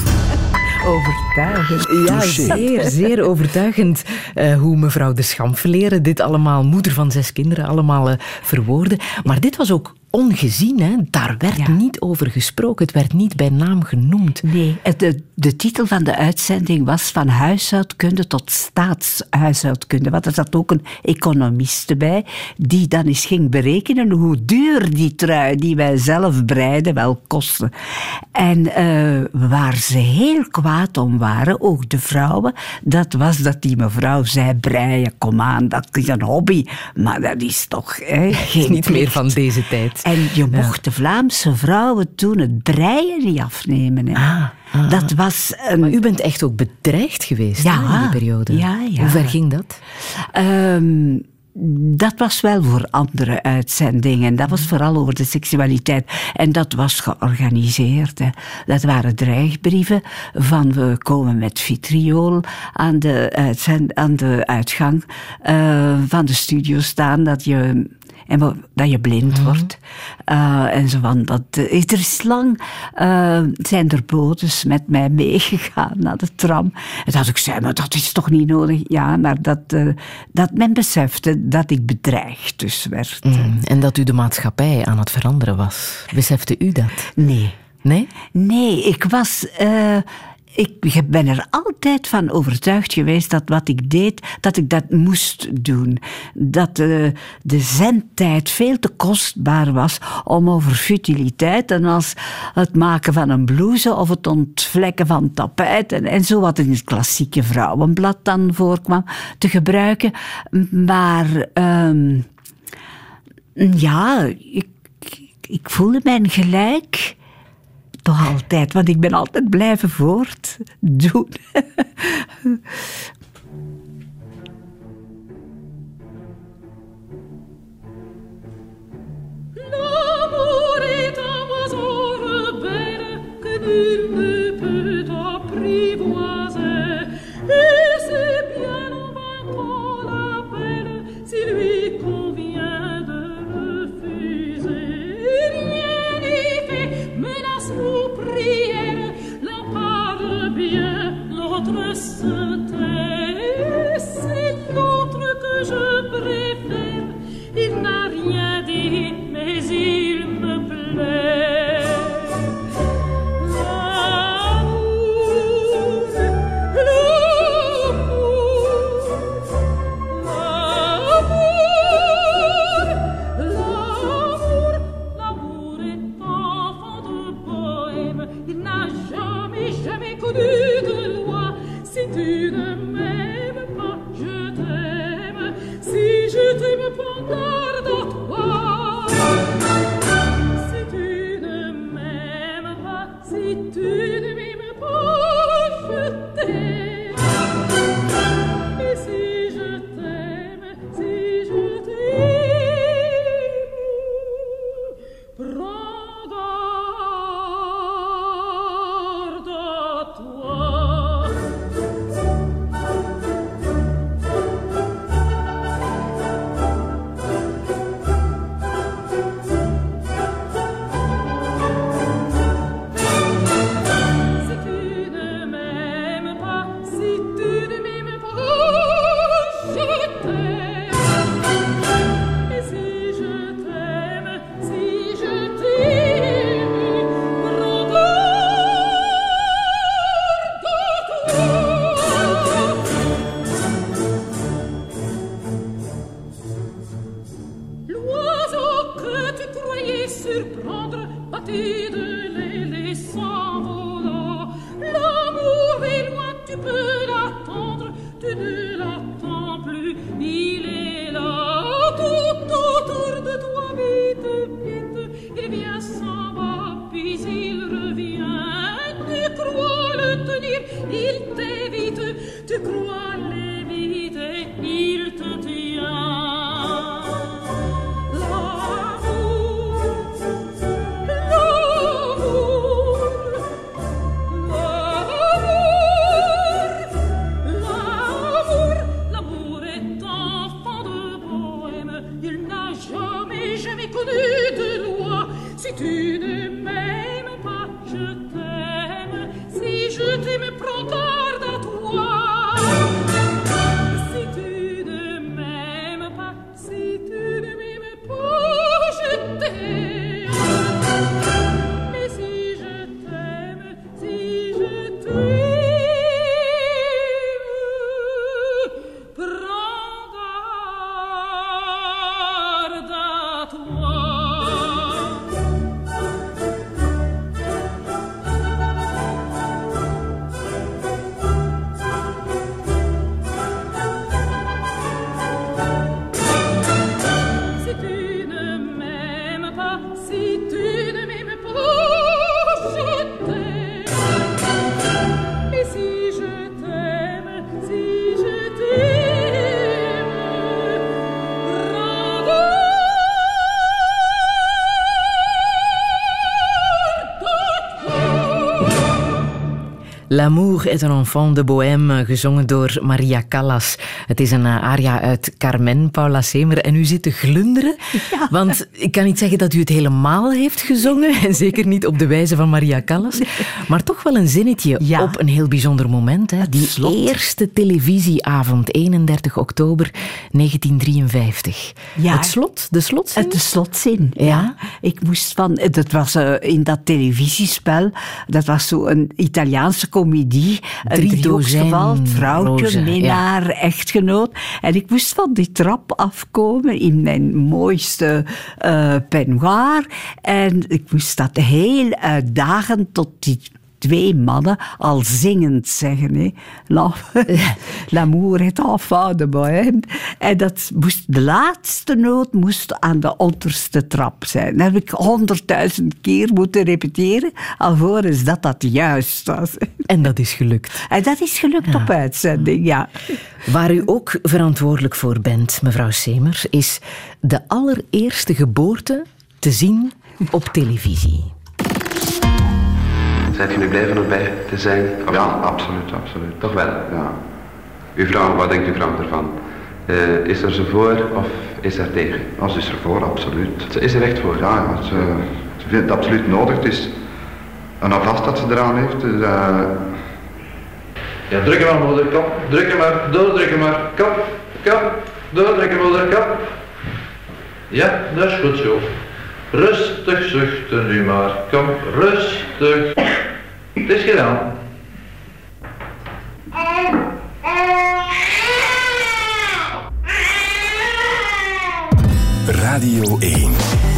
Overtuigend. Ja, zeer, zeer overtuigend uh, hoe mevrouw de Schampheliere dit allemaal, moeder van zes kinderen, allemaal uh, verwoordde. Maar dit was ook ongezien, hè? Daar werd ja. niet over gesproken. Het werd niet bij naam genoemd. Nee, de, de titel van de uitzending was van huishoudkunde tot staatshuishoudkunde. Want er zat ook een economiste bij, die dan eens ging berekenen hoe duur die trui die wij zelf breiden wel kostte. En uh, waar ze heel kwaad om waren, ook de vrouwen, dat was dat die mevrouw zei, breien, kom aan, dat is een hobby. Maar dat is toch hè, geen niet meer van deze tijd. En je mocht de Vlaamse vrouwen toen het breien niet afnemen. Hè. Ah, ah, dat was een... Maar u bent echt ook bedreigd geweest ja, hè, in die periode. Ja, ja. Hoe ver ging dat? Um, dat was wel voor andere uitzendingen. Dat was vooral over de seksualiteit. En dat was georganiseerd. Hè. Dat waren dreigbrieven van we komen met vitriool aan de, uitzend- aan de uitgang uh, van de studio staan. Dat je... En dat je blind mm-hmm. wordt. Uh, en zo van dat. Uh, er is lang uh, zijn er bodes met mij meegegaan naar de tram. En dat ik zei, maar dat is toch niet nodig? Ja, maar dat, uh, dat men besefte dat ik bedreigd dus werd. Mm, en dat u de maatschappij aan het veranderen was. Besefte u dat? Nee. Nee? Nee, ik was... Uh, ik ben er altijd van overtuigd geweest dat wat ik deed, dat ik dat moest doen. Dat de, de zendtijd veel te kostbaar was om over futiliteiten als het maken van een blouse of het ontvlekken van tapijt en, en zo wat in het klassieke vrouwenblad dan voorkwam, te gebruiken. Maar um, ja, ik, ik voelde mij gelijk. Toch altijd, want ik ben altijd blijven voortdoen. L'amour est un oiseau rebelle que nul ne peut apprivoiser. Et c'est bien en vain qu'on l'appelle s'il lui convient de refuser. Rien n'y fait, menace ou prière, l'un parle bien, l'autre se tait. C'est l'autre que je préfère, il n'a rien dit, mais il me plaît. Tu ne m'aimes pas, je t'aime. Si je t'aime, prends garde à toi. Si tu ne m'aimes pas, si tu ne m'aimes pas, je t'aime. Et si je t'aime, si je t'aime, prends garde à toi. L'amour est un enfant de Bohème, gezongen door Maria Callas. Het is een aria uit Carmen, Paula Seemer. En u zit te glunderen, ja. Want ik kan niet zeggen dat u het helemaal heeft gezongen. En zeker niet op de wijze van Maria Callas. Maar toch wel een zinnetje ja. op een heel bijzonder moment. Hè? Die slot. Eerste televisieavond, eenendertig oktober negentien drieënvijftig. Ja. Het slot, de slotzin? Het de slotzin, ja. ja. Ik moest van... Dat was uh, in dat televisiespel, dat was zo een Italiaanse comedie comedie. Een Drie driehoeksgeval, dozijn vrouwtje, rozen, minnaar, ja. echtgenoot. En ik moest van die trap afkomen in mijn mooiste uh, peignoir. En ik moest dat heel uitdagend tot die twee mannen al zingend zeggen. Hè. L'amour est enfin de bohème. En dat moest, de laatste noot moest aan de onderste trap zijn. Dat heb ik honderdduizend keer moeten repeteren, alvorens dat dat juist was. En dat is gelukt. En dat is gelukt ja. op uitzending, ja. Waar u ook verantwoordelijk voor bent, mevrouw Semer, is de allereerste geboorte te zien op televisie. Zijt je nu blij van erbij te zijn? Of ja, absoluut, absoluut. Toch wel? Ja. Uw vrouw, wat denkt uw vrouw ervan? Uh, is er ze voor of is er tegen? Ja, ze is er voor, absoluut. Ze is er echt voor? Ja, ja ze, ze vindt het absoluut nodig. Het is een alvast dat ze eraan heeft. Dus, uh... Ja, druk hem maar, moeder, kom. Druk hem maar, doordruk hem maar. Kom, kom, doordruk hem, moeder, kom. Ja, dat is goed zo. Rustig zuchten nu maar. Kom, rustig. Het is gedaan. Radio één.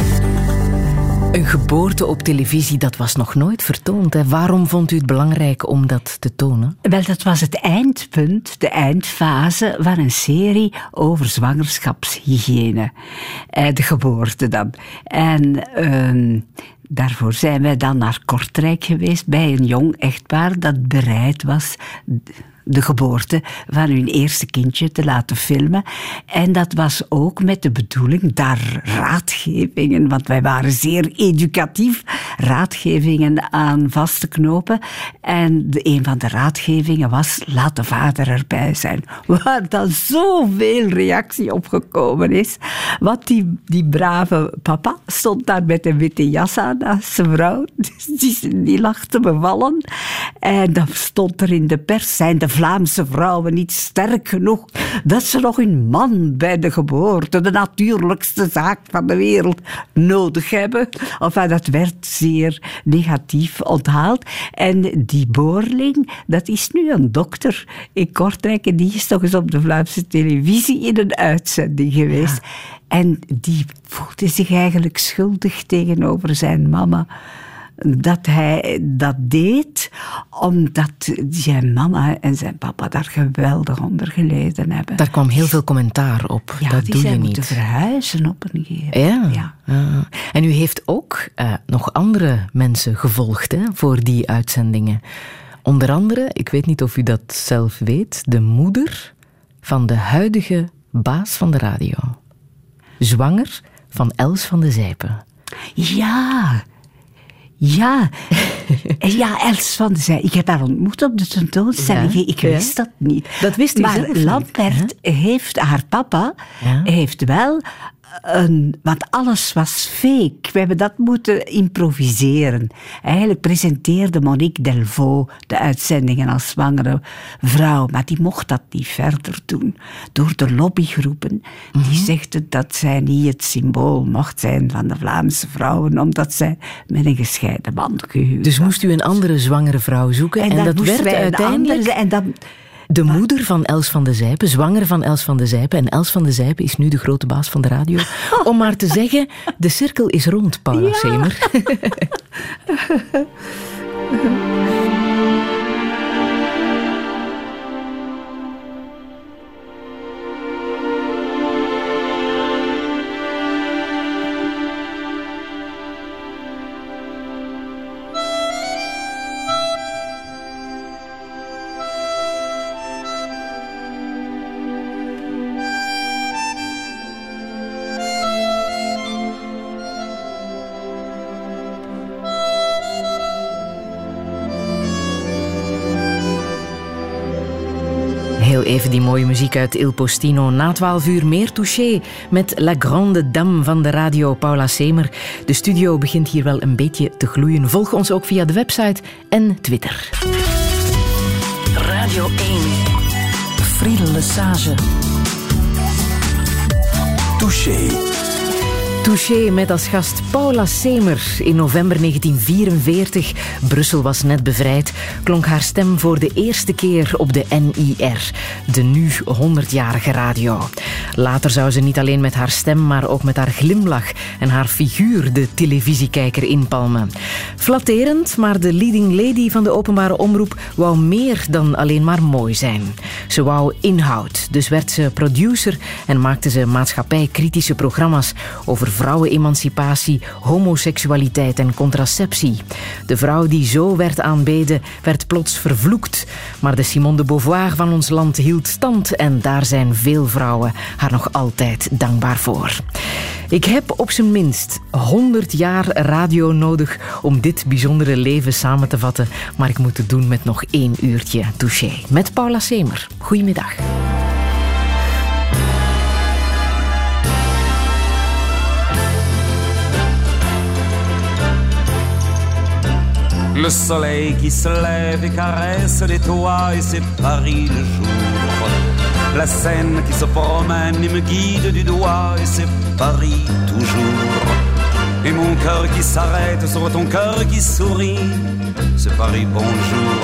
Een geboorte op televisie, dat was nog nooit vertoond. Hè? Waarom vond u het belangrijk om dat te tonen? Wel, dat was het eindpunt, de eindfase van een serie over zwangerschapshygiëne. Eh, de geboorte dan. En uh, daarvoor zijn wij dan naar Kortrijk geweest bij een jong echtpaar dat bereid was de geboorte van hun eerste kindje te laten filmen. En dat was ook met de bedoeling daar raadgevingen, want wij waren zeer educatief, raadgevingen aan vast te knopen. En de, een van de raadgevingen was, laat de vader erbij zijn. Waar dan zoveel reactie op gekomen is. Want die, die brave papa stond daar met een witte jas aan naast zijn vrouw. Die, die lag te bevallen. En dan stond er in de pers, zijn de Vlaamse vrouwen niet sterk genoeg dat ze nog hun man bij de geboorte, de natuurlijkste zaak van de wereld, nodig hebben. Enfin, dat werd zeer negatief onthaald. En die Boorling, dat is nu een dokter in Kortrijk en die is toch eens op de Vlaamse televisie in een uitzending geweest. Ja. En die voelde zich eigenlijk schuldig tegenover zijn mama dat hij dat deed, omdat zijn mama en zijn papa daar geweldig onder geleden hebben. Daar kwam heel veel commentaar op. Ja, dat die doe je zijn niet. moeten verhuizen op een gegeven moment. Ja. ja. Uh, en u heeft ook uh, nog andere mensen gevolgd hè, voor die uitzendingen. Onder andere, ik weet niet of u dat zelf weet, de moeder van de huidige baas van de radio. Zwanger van Els van de Zijpe. Ja... Ja, ja, Els van de Zijpe. Ik heb haar ontmoet op de tentoonstelling. Ja, ik wist ja. dat niet. Dat wist u maar zelf niet. Lambert hè? heeft, haar papa, ja. heeft wel... Een, want alles was fake. We hebben dat moeten improviseren. Eigenlijk presenteerde Monique Delvaux de uitzendingen als zwangere vrouw, maar die mocht dat niet verder doen. Door de lobbygroepen, mm-hmm. die zegden dat zij niet het symbool mocht zijn van de Vlaamse vrouwen, omdat zij met een gescheiden man gehuwd Dus moest u een andere zwangere vrouw zoeken en, en dat werd uiteindelijk... En dan, De moeder van Els van de Zijpe, zwanger van Els van de Zijpe. En Els van de Zijpe is nu de grote baas van de radio. Om maar te zeggen, de cirkel is rond, Paula ja. Semer. Heel even die mooie muziek uit Il Postino. Na twaalf uur meer touché met La Grande Dame van de radio, Paula Semer. De studio begint hier wel een beetje te gloeien. Volg ons ook via de website en Twitter. Radio één. Friedel Lesage. Touché. Touché met als gast Paula Semer. In november negentien vierenveertig, Brussel was net bevrijd, klonk haar stem voor de eerste keer op de N I R, de nu honderdjarige radio. Later zou ze niet alleen met haar stem, maar ook met haar glimlach en haar figuur de televisiekijker inpalmen. Flatterend, maar de leading lady van de openbare omroep wou meer dan alleen maar mooi zijn. Ze wou inhoud, dus werd ze producer en maakte ze maatschappijkritische programma's over vrouwenemancipatie, homoseksualiteit en contraceptie. De vrouw die zo werd aanbeden, werd plots vervloekt. Maar de Simone de Beauvoir van ons land hield stand en daar zijn veel vrouwen haar nog altijd dankbaar voor. Ik heb op zijn minst honderd jaar radio nodig om dit bijzondere leven samen te vatten, maar ik moet het doen met nog één uurtje Touché. Met Paula Semer. Goedemiddag. Le soleil qui se lève et caresse les toits et c'est Paris le jour. La Seine qui se promène et me guide du doigt et c'est Paris toujours. Et mon cœur qui s'arrête sur ton cœur qui sourit, c'est Paris bonjour.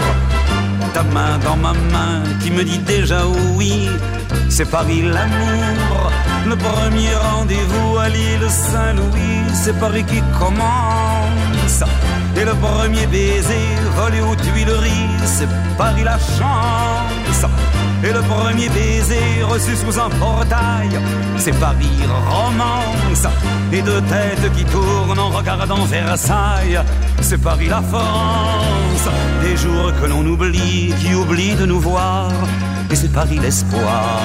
Ta main dans ma main qui me dit déjà oui, c'est Paris l'amour. Le premier rendez-vous à l'île Saint-Louis, c'est Paris qui commence. Et le premier baiser volé aux Tuileries, c'est Paris la chance. Et le premier baiser reçu sous un portail, c'est Paris romance. Et deux têtes qui tournent en regardant Versailles, c'est Paris la France. Des jours que l'on oublie, qui oublient de nous voir, et c'est Paris l'espoir.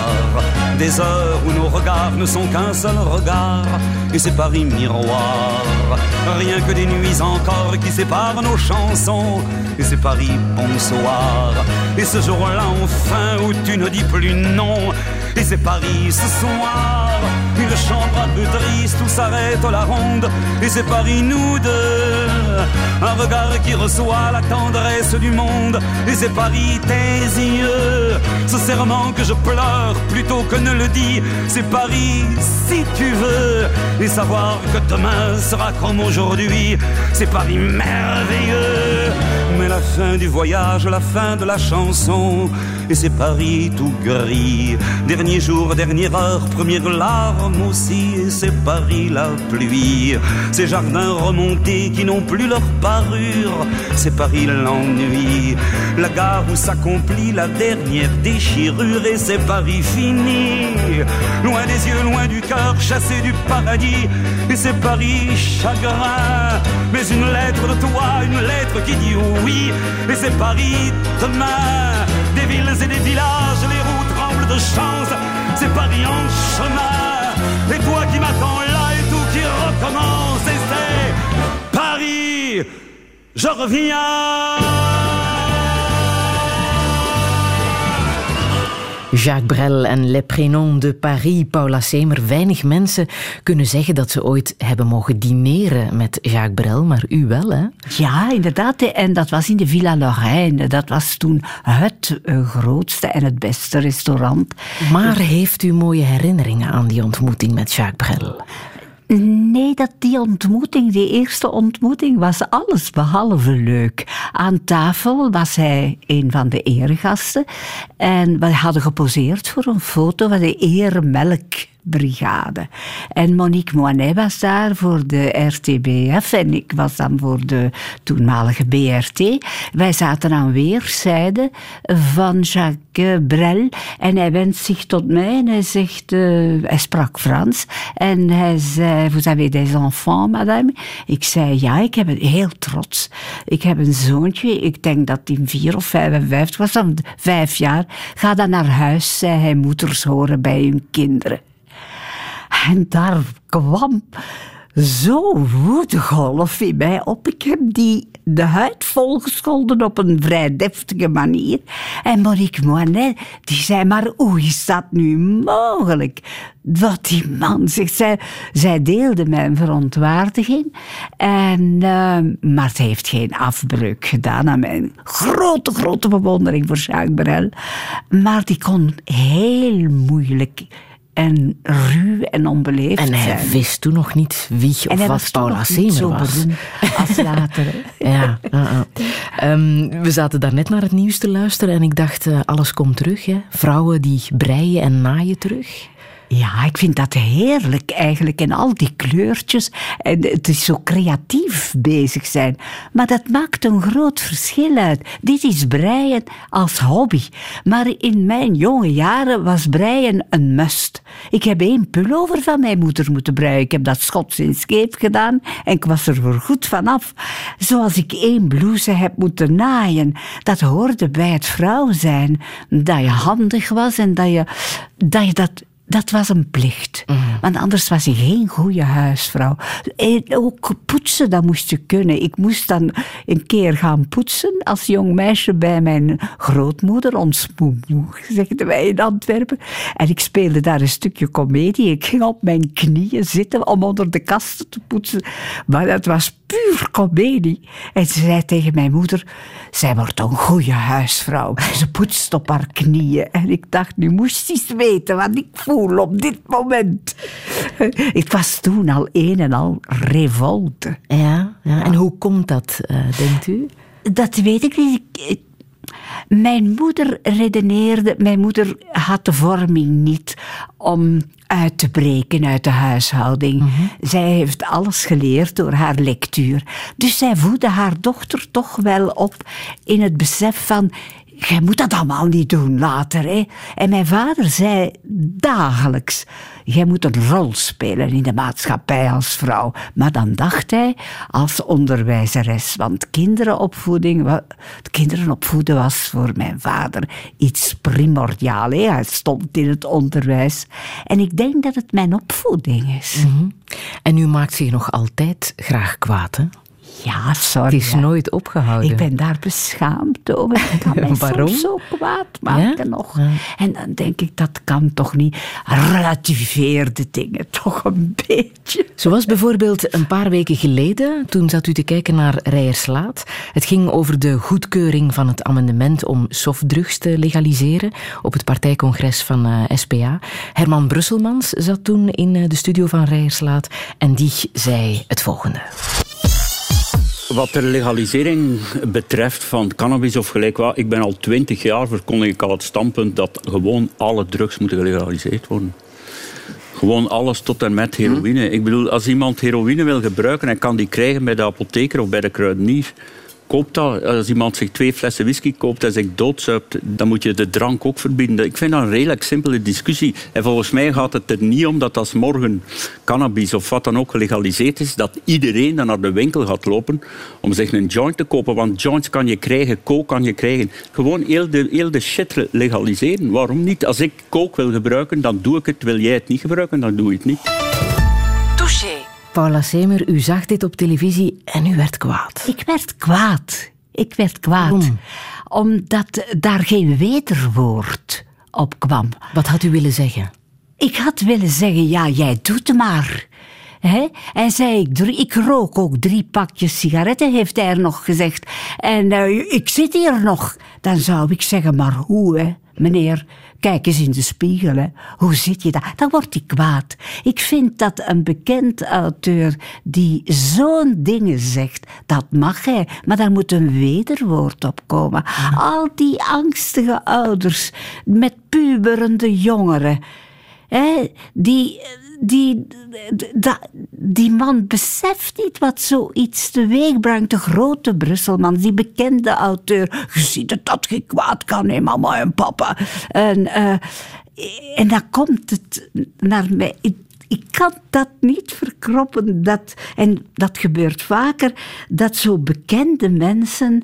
Des heures où nos regards ne sont qu'un seul regard, et c'est Paris miroir. Rien que des nuits encore qui séparent nos chansons, et c'est Paris bonsoir. Et ce jour-là enfin où tu ne dis plus non, et c'est Paris ce soir. Une chambre un peu triste où s'arrête la ronde, et c'est Paris nous deux. Un regard qui reçoit la tendresse du monde, et c'est Paris tes yeux. Ce serment que je pleure plutôt que ne le dis, c'est Paris si tu veux. Et savoir que demain sera comme aujourd'hui, c'est Paris merveilleux. Mais la fin du voyage, la fin de la chanson, et c'est Paris tout gris. Dernier jour, dernière heure, première larme aussi, et c'est Paris la pluie. Ces jardins remontés qui n'ont plus leur parure, c'est Paris l'ennui. La gare où s'accomplit la dernière déchirure, et c'est Paris fini. Loin des yeux, loin du cœur, chassé du paradis, et c'est Paris chagrin. Mais une lettre de toi, une lettre qui dit oui, et c'est Paris demain. Des villes et des villages, les routes tremblent de chance, c'est Paris en chemin. Et toi qui m'attends là et tout qui recommence, et c'est Paris, je reviens. Jacques Brel en Les Prénoms de Paris, Paula Semer. Weinig mensen kunnen zeggen dat ze ooit hebben mogen dineren met Jacques Brel, maar u wel, hè? Ja, inderdaad. En dat was in de Villa Lorraine. Dat was toen het grootste en het beste restaurant. Maar heeft u mooie herinneringen aan die ontmoeting met Jacques Brel? Nee, dat die ontmoeting, die eerste ontmoeting, was alles behalve leuk. Aan tafel was hij een van de eregasten en we hadden geposeerd voor een foto van de Eremelkbrigade. En Monique Moinet was daar voor de R T B F en ik was dan voor de toenmalige B R T. Wij zaten aan weerszijden van Jacques Brel en hij wendt zich tot mij en hij zegt, uh, hij sprak Frans en hij zei, vous avez des enfants, madame? Ik zei, ja, ik heb een heel trots. Ik heb een zoontje, ik denk dat hij vier of vijfenvijftig was, dan vijf jaar. Ga dan naar huis, zei hij, moeders horen bij hun kinderen. En daar kwam zo'n woedegolf in mij op. Ik heb die de huid volgescholden op een vrij deftige manier. En Monique Moinet, die zei, maar hoe is dat nu mogelijk? Wat die man zegt. Zij, zij deelde mijn verontwaardiging. En, uh, maar het heeft geen afbreuk gedaan aan mijn grote, grote bewondering voor Jacques Brel. Maar die kon heel moeilijk en ruw en onbeleefd En hij zijn. wist toen nog niet wie En of hij wat was toen Paula nog niet Seemer zo was. beroemd als later. hè. Ja, uh, uh. Um, we zaten daarnet naar het nieuws te luisteren en ik dacht, uh, alles komt terug. Hè? Vrouwen die breien en naaien terug. Ja, ik vind dat heerlijk eigenlijk. En al die kleurtjes. En het is zo creatief bezig zijn. Maar dat maakt een groot verschil uit. Dit is breien als hobby. Maar in mijn jonge jaren was breien een must. Ik heb één pullover van mijn moeder moeten breien. Ik heb dat schots in scheef gedaan. En ik was er voor goed vanaf. Zoals ik één blouse heb moeten naaien. Dat hoorde bij het vrouw zijn. Dat je handig was en dat je dat... Je dat Dat was een plicht. Mm. Want anders was je geen goede huisvrouw. En ook poetsen, dat moest je kunnen. Ik moest dan een keer gaan poetsen als jong meisje bij mijn grootmoeder, ons moemoe, zegden wij in Antwerpen. En ik speelde daar een stukje komedie. Ik ging op mijn knieën zitten om onder de kasten te poetsen. Maar dat was puur komedie. En ze zei tegen mijn moeder, zij wordt een goede huisvrouw. Ze poetst op haar knieën. En ik dacht, nu moest je eens weten wat ik voel op dit moment. Ik was toen al een en al revolte. Ja, ja. En hoe komt dat, uh, denkt u? Dat weet ik niet. Ik, mijn moeder redeneerde, mijn moeder had de vorming niet om uit te breken uit de huishouding. Mm-hmm. Zij heeft alles geleerd door haar lectuur. Dus zij voedde haar dochter toch wel op in het besef van, jij moet dat allemaal niet doen later. Hè? En mijn vader zei dagelijks, jij moet een rol spelen in de maatschappij als vrouw. Maar dan dacht hij als onderwijzeres. Want kinderenopvoeding, kinderen opvoeden was voor mijn vader iets primordiaal. Hè? Hij stond in het onderwijs. En ik denk dat het mijn opvoeding is. Mm-hmm. En u maakt zich nog altijd graag kwaad, hè? Ja, sorry. Het is nooit opgehouden. Ik ben daar beschaamd over. Ik kan mij Waarom? soms zo kwaad maken ja? nog. Ja. En dan denk ik, dat kan toch niet. Relativeer de dingen toch een beetje. Zoals bijvoorbeeld een paar weken geleden, toen zat u te kijken naar Rijerslaat. Het ging over de goedkeuring van het amendement om softdrugs te legaliseren op het partijcongres van uh, S P A. Herman Brusselmans zat toen in uh, de studio van Rijerslaat en die zei het volgende. Wat de legalisering betreft van cannabis of gelijk wat, ik ben al twintig jaar verkondig ik al het standpunt dat gewoon alle drugs moeten gelegaliseerd worden. Gewoon alles tot en met heroïne. Ik bedoel, als iemand heroïne wil gebruiken en kan die krijgen bij de apotheker of bij de kruidenier, koop dat. Als iemand zich twee flessen whisky koopt en zich doodzuipt, dan moet je de drank ook verbieden. Ik vind dat een redelijk simpele discussie. En volgens mij gaat het er niet om dat als morgen cannabis of wat dan ook gelegaliseerd is, dat iedereen dan naar de winkel gaat lopen om zich een joint te kopen. Want joints kan je krijgen, coke kan je krijgen. Gewoon heel de, heel de shit legaliseren. Waarom niet? Als ik coke wil gebruiken, dan doe ik het. Wil jij het niet gebruiken, dan doe je het niet. Touché. Paula Seemer, u zag dit op televisie en u werd kwaad. Ik werd kwaad. Ik werd kwaad. Waarom? Omdat daar geen wederwoord op kwam. Wat had u willen zeggen? Ik had willen zeggen, ja, jij doet maar. He? En zei ik, drie, ik rook ook drie pakjes sigaretten, heeft hij er nog gezegd. En uh, ik zit hier nog. Dan zou ik zeggen, maar hoe, hè? Meneer, kijk eens in de spiegel, hè. Hoe zit je daar? Dan wordt hij kwaad. Ik vind dat een bekend auteur die zo'n dingen zegt, dat mag hij, maar daar moet een wederwoord op komen. Ja. Al die angstige ouders met puberende jongeren, hè, die... Die, die, die man beseft niet wat zoiets teweeg brengt. De grote Brusselmans, die bekende auteur. Je ziet het dat je kwaad kan, hè, mama en papa. En, uh, en dan komt het naar mij. Ik, ik kan dat niet verkroppen. Dat, en dat gebeurt vaker, dat zo bekende mensen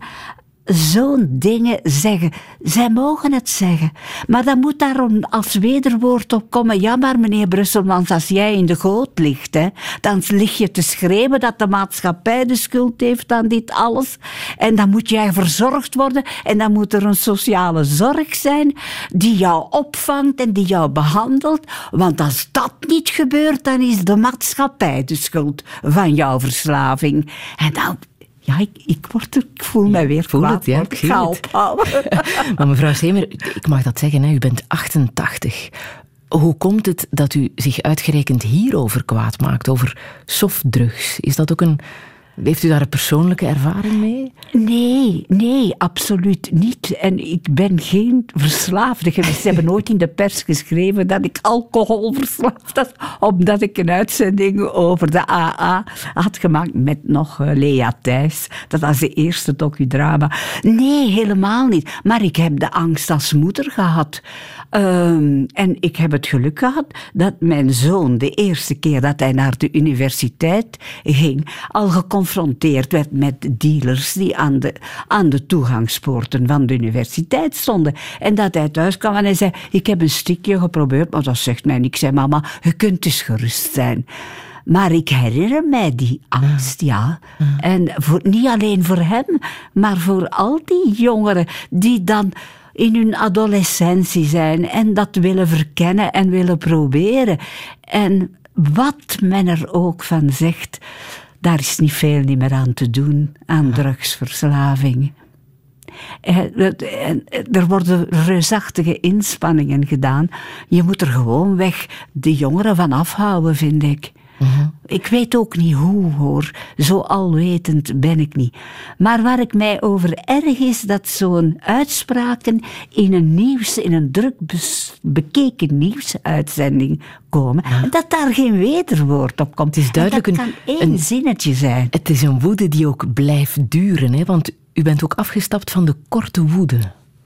zo'n dingen zeggen. Zij mogen het zeggen. Maar dan moet daar als wederwoord op komen. Ja, maar meneer Brusselmans, als jij in de goot ligt, hè, dan lig je te schreeuwen dat de maatschappij de schuld heeft aan dit alles. En dan moet jij verzorgd worden. En dan moet er een sociale zorg zijn die jou opvangt en die jou behandelt. Want als dat niet gebeurt, dan is de maatschappij de schuld van jouw verslaving. En dan... Ja, ik, ik, word er, ik voel mij weer voel kwaad. Het, ja, ik ga ophouden. Maar mevrouw Seemer, ik mag dat zeggen, hè, u bent achtentachtig. Hoe komt het dat u zich uitgerekend hierover kwaad maakt, over softdrugs? Is dat ook een... Heeft u daar een persoonlijke ervaring mee? Nee, nee, absoluut niet. En ik ben geen verslaafde geweest. Ze hebben nooit in de pers geschreven dat ik alcoholverslaafd was, omdat ik een uitzending over de A A had gemaakt met nog uh, Lea Thijs. Dat was de eerste docudrama. Nee, helemaal niet. Maar ik heb de angst als moeder gehad. Um, en ik heb het geluk gehad dat mijn zoon de eerste keer dat hij naar de universiteit ging, al geconfronteerd werd met dealers die aan de, aan de toegangspoorten van de universiteit stonden. En dat hij thuis kwam en hij zei, ik heb een stikje geprobeerd, maar dat zegt mij niks. Ik zei, mama, je kunt dus gerust zijn. Maar ik herinner mij die angst, ja. En voor, niet alleen voor hem, maar voor al die jongeren die dan in hun adolescentie zijn en dat willen verkennen en willen proberen. En wat men er ook van zegt, daar is niet veel niet meer aan te doen, aan drugsverslaving. Er worden reusachtige inspanningen gedaan. Je moet er gewoon weg de jongeren van afhouden, vind ik. Mm-hmm. Ik weet ook niet hoe, hoor. Zo alwetend ben ik niet. Maar waar ik mij over erg is, dat zo'n uitspraken in een nieuws, in een druk bes- bekeken nieuwsuitzending komen, ja. En dat daar geen wederwoord op komt. Het is duidelijk dat kan een, één een zinnetje zijn. Het is een woede die ook blijft duren, hè? Want u bent ook afgestapt van de korte woede.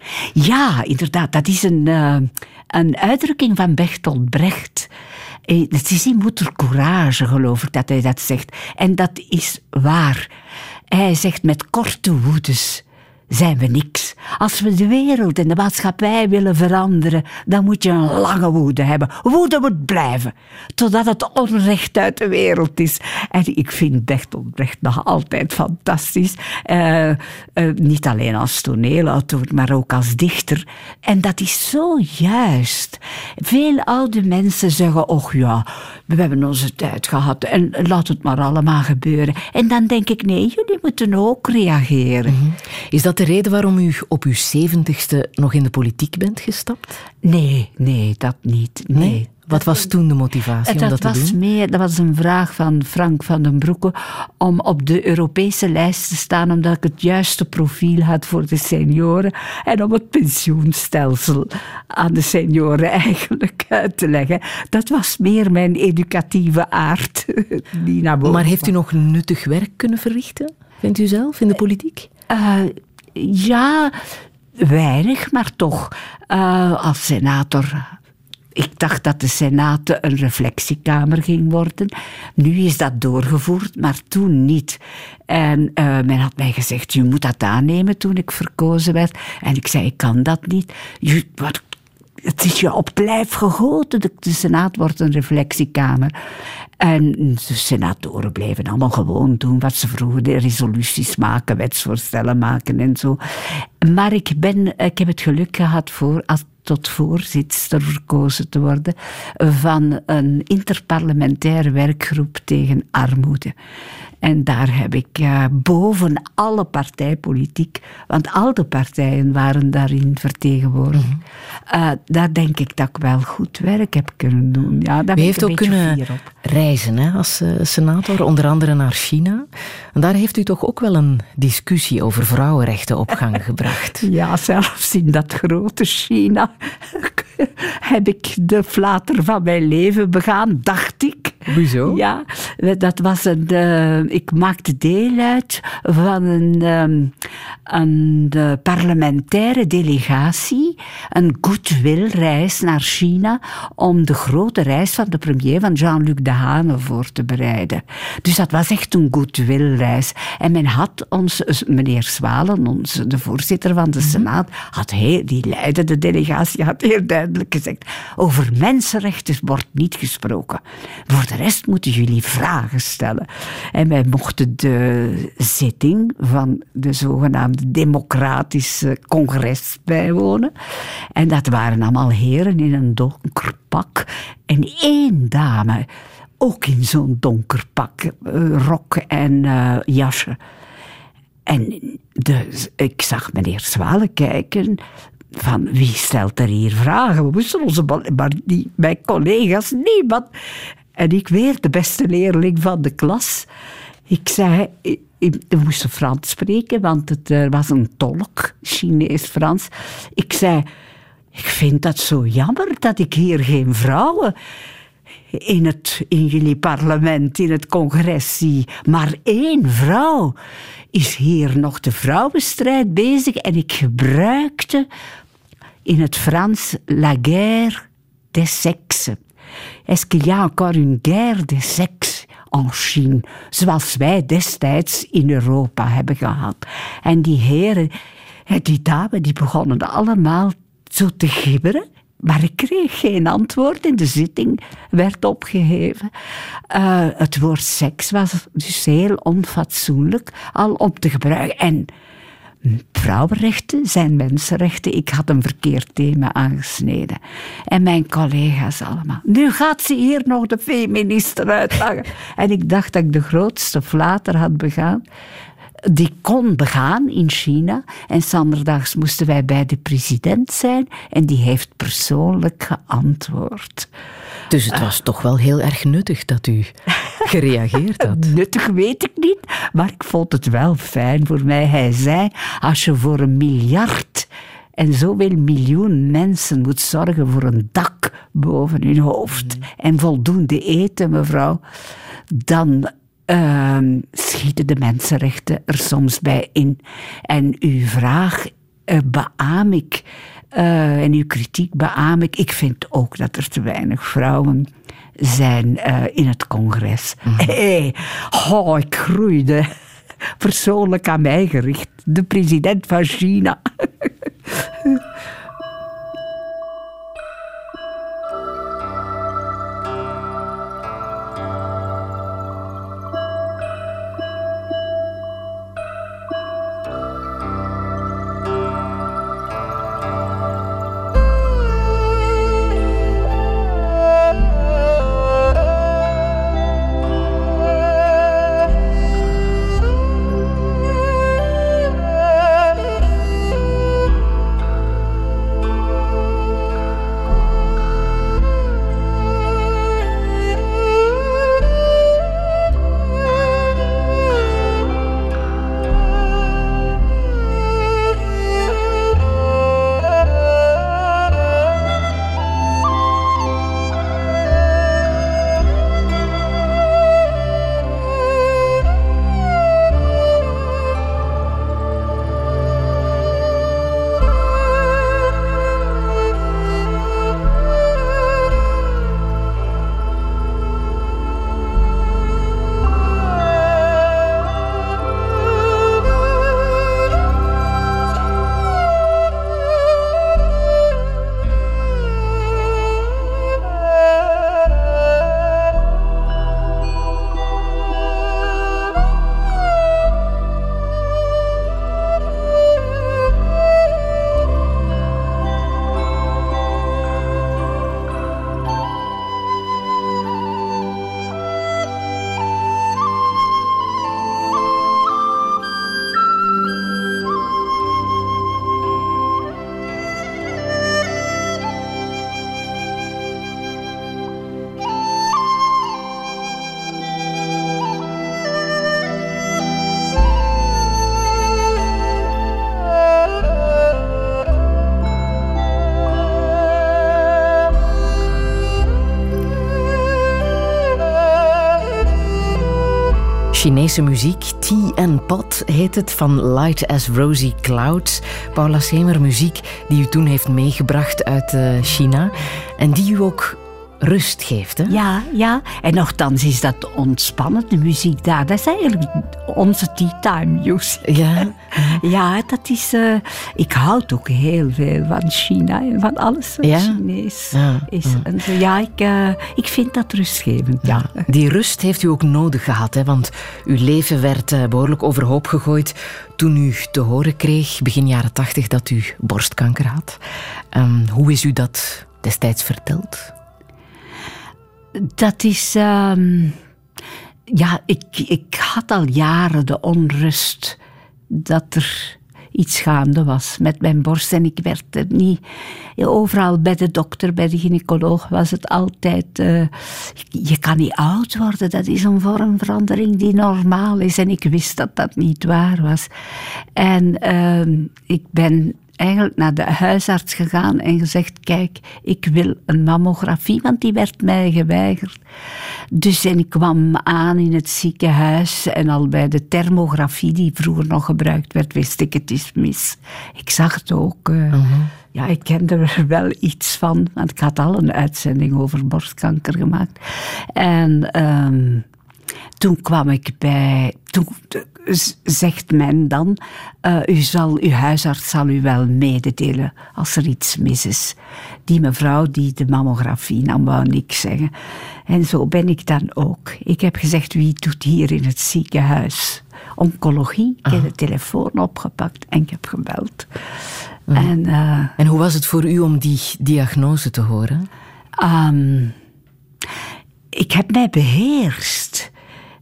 Ja, inderdaad. Dat is een, uh, een uitdrukking van Bertolt Brecht. Het is in Moeder Courage, geloof ik, dat hij dat zegt. En dat is waar. Hij zegt, met korte woedes zijn we niks. Als we de wereld en de maatschappij willen veranderen, dan moet je een lange woede hebben. Woede moet blijven, totdat het onrecht uit de wereld is. En ik vind Bertolt Brecht nog altijd fantastisch. Uh, uh, niet alleen als toneelauteur, maar ook als dichter. En dat is zo juist. Veel oude mensen zeggen, och ja, we hebben onze tijd gehad en laat het maar allemaal gebeuren. En dan denk ik, nee, jullie moeten ook reageren. Mm-hmm. Is dat de reden waarom u op uw zeventigste nog in de politiek bent gestapt? Nee, nee, dat niet. Nee. nee. Wat was toen de motivatie dat om dat was te doen? Meer, dat was een vraag van Frank van den Broeke om op de Europese lijst te staan, omdat ik het juiste profiel had voor de senioren en om het pensioenstelsel aan de senioren eigenlijk uit te leggen. Dat was meer mijn educatieve aard. Die naar boven maar heeft u nog nuttig werk kunnen verrichten, vindt u zelf, in de politiek? Uh, ja, weinig, maar toch. Uh, als senator... Ik dacht dat de Senaat een reflectiekamer ging worden. Nu is dat doorgevoerd, maar toen niet. En uh, men had mij gezegd, je moet dat aannemen toen ik verkozen werd. En ik zei, ik kan dat niet. Je, wat, het is je op het lijf gegoten. De, de Senaat wordt een reflectiekamer. En de senatoren bleven allemaal gewoon doen wat ze vroeger, de resoluties maken, wetsvoorstellen maken en zo. Maar ik, ben, ik heb het geluk gehad voor... Als tot voorzitster verkozen te worden van een interparlementaire werkgroep tegen armoede. En daar heb ik uh, boven alle partijpolitiek, want al de partijen waren daarin vertegenwoordigd, mm-hmm. uh, daar denk ik dat ik wel goed werk heb kunnen doen. Ja, daar U heeft ook kunnen reizen, hè, als uh, senator, onder andere naar China. En daar heeft u toch ook wel een discussie over vrouwenrechten op gang gebracht? Ja, zelfs in dat grote China heb ik de flater van mijn leven begaan, dacht ik. Hoezo? Ja, dat was een... Uh, ik maakte deel uit van een, um, een uh, parlementaire delegatie, een goodwill-reis naar China, om de grote reis van de premier van Jean-Luc Dehaene voor te bereiden. Dus dat was echt een goodwill-reis. En men had ons, meneer Zwalen, ons, de voorzitter van de Senaat, had heel, die leidde de delegatie, had heel duidelijk gezegd, over mensenrechten wordt niet gesproken. Voor de rest moeten jullie vragen stellen. En wij mochten de zitting van de zogenaamde democratische congres bijwonen. En dat waren allemaal heren in een donker pak. En één dame, ook in zo'n donker pak, rok en uh, jasje. En de, ik zag meneer Zwalen kijken, van wie stelt er hier vragen? We moesten onze... Maar die, mijn collega's, niemand. En ik weer de beste leerling van de klas. Ik zei... We moesten Frans spreken, want het, er was een tolk, Chinees-Frans. Ik zei... Ik vind dat zo jammer dat ik hier geen vrouwen... In, het, in jullie parlement, in het congres zie. Maar één vrouw is hier nog de vrouwenstrijd bezig. En ik gebruikte in het Frans la guerre des sexes. Est-ce qu'il y a encore une guerre des sexes en Chine? Zoals wij destijds in Europa hebben gehad. En die heren, die dames, die begonnen allemaal zo te gibberen. Maar ik kreeg geen antwoord en de zitting werd opgeheven. Uh, het woord seks was dus heel onfatsoenlijk al om te gebruiken. En vrouwenrechten zijn mensenrechten. Ik had een verkeerd thema aangesneden. En mijn collega's allemaal. Nu gaat ze hier nog de feministen uitlachen. En ik dacht dat ik de grootste flater had begaan. Die kon begaan in China. En 's anderdags moesten wij bij de president zijn. En die heeft persoonlijk geantwoord. Dus het was uh, toch wel heel erg nuttig dat u gereageerd had. Nuttig weet ik niet, maar ik vond het wel fijn voor mij. Hij zei, als je voor een miljard en zoveel miljoen mensen moet zorgen voor een dak boven hun hoofd mm. en voldoende eten, mevrouw, dan... Uh, schieten de mensenrechten er soms bij in. En uw vraag uh, beaam ik. Uh, en uw kritiek beaam ik. Ik vind ook dat er te weinig vrouwen zijn uh, in het congres. Mm-hmm. Hey, oh, ik groeide persoonlijk aan mij gericht. De president van China. Chinese muziek, Tea and Pot heet het, van Light as Rosy Clouds. Paula Semer, muziek die u toen heeft meegebracht uit uh, China en die u ook rust geeft, hè? Ja, ja. En nochtans is dat ontspannende muziek daar. Dat is eigenlijk onze tea time music. Ja, ja dat is... Uh, ik houd ook heel veel van China en van alles wat ja? Chinees ja. is. Ja, en zo, ja ik, uh, ik vind dat rustgevend. Ja. Ja. Die rust heeft u ook nodig gehad, hè? Want uw leven werd uh, behoorlijk overhoop gegooid toen u te horen kreeg, begin jaren tachtig, dat u borstkanker had. Um, hoe is u dat destijds verteld? Dat is... Um, ja, ik, ik had al jaren de onrust dat er iets gaande was met mijn borst. En ik werd er niet... Overal bij de dokter, bij de gynaecoloog was het altijd... Uh, je kan niet oud worden, dat is een vormverandering die normaal is. En ik wist dat dat niet waar was. En uh, ik ben... eigenlijk naar de huisarts gegaan en gezegd, kijk, ik wil een mammografie, want die werd mij geweigerd. Dus en ik kwam aan in het ziekenhuis en al bij de thermografie die vroeger nog gebruikt werd, wist ik, het is mis. Ik zag het ook. Uh, uh-huh. Ja, ik kende er wel iets van, want ik had al een uitzending over borstkanker gemaakt. En um, toen kwam ik bij... Toen, zegt men dan, uh, u zal, uw huisarts zal u wel mededelen als er iets mis is. Die mevrouw die de mammografie nam, wou niks zeggen. En zo ben ik dan ook. Ik heb gezegd, wie doet hier in het ziekenhuis oncologie? Ik heb de telefoon opgepakt en ik heb gebeld. Mm. En, uh, en hoe was het voor u om die diagnose te horen? Um, ik heb mij beheerst.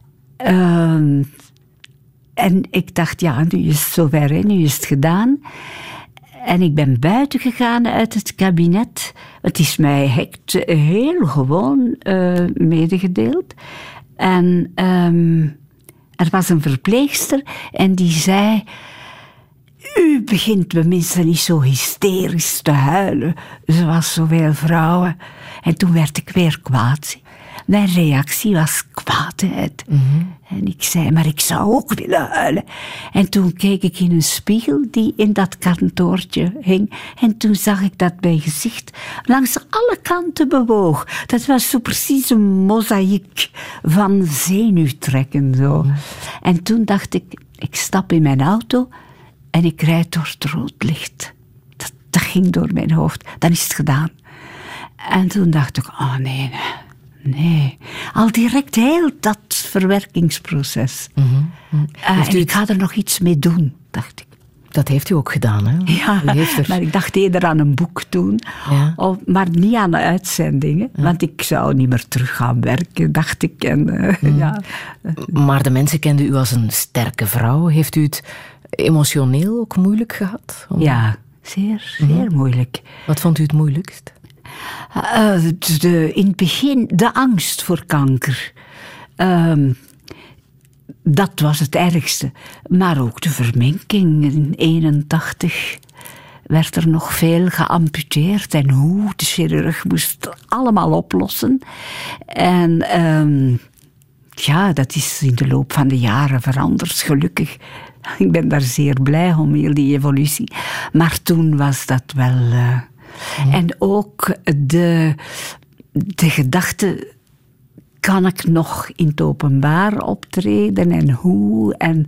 Um, En ik dacht, ja, nu is het zover, hè, nu is het gedaan. En ik ben buiten gegaan uit het kabinet. Het is mij hekt heel gewoon uh, medegedeeld. En um, er was een verpleegster en die zei... U begint tenminste niet zo hysterisch te huilen, zoals zoveel vrouwen. En toen werd ik weer kwaad. Mijn reactie was kwaadheid. Mm-hmm. En ik zei, maar ik zou ook willen huilen. En toen keek ik in een spiegel die in dat kantoortje hing. En toen zag ik dat mijn gezicht langs alle kanten bewoog. Dat was zo precies een mozaïek van zenuwtrekken. Zo. Mm-hmm. En toen dacht ik, ik stap in mijn auto en ik rijd door het rood licht. Dat, dat ging door mijn hoofd. Dan is het gedaan. En toen dacht ik, oh nee, nee. Nee, al direct heel dat verwerkingsproces. Mm-hmm. Uh, en ik ga er nog iets mee doen, dacht ik. Dat heeft u ook gedaan, hè? Ja, er... maar ik dacht eerder aan een boek doen, ja. of, maar niet aan de uitzendingen, ja. Want ik zou niet meer terug gaan werken, dacht ik. En, uh, mm. ja. Maar de mensen kenden u als een sterke vrouw. Heeft u het emotioneel ook moeilijk gehad? Om... Ja, zeer, zeer mm-hmm. moeilijk. Wat vond u het moeilijkst? Uh, de, in het begin de angst voor kanker. Uh, dat was het ergste. Maar ook de verminking. In eenentachtig werd er nog veel geamputeerd. En hoe, de chirurg moest het allemaal oplossen. En uh, ja, dat is in de loop van de jaren veranderd, gelukkig. Ik ben daar zeer blij om, heel die evolutie. Maar toen was dat wel... Uh, Mm. En ook de, de gedachte, kan ik nog in het openbaar optreden en hoe? En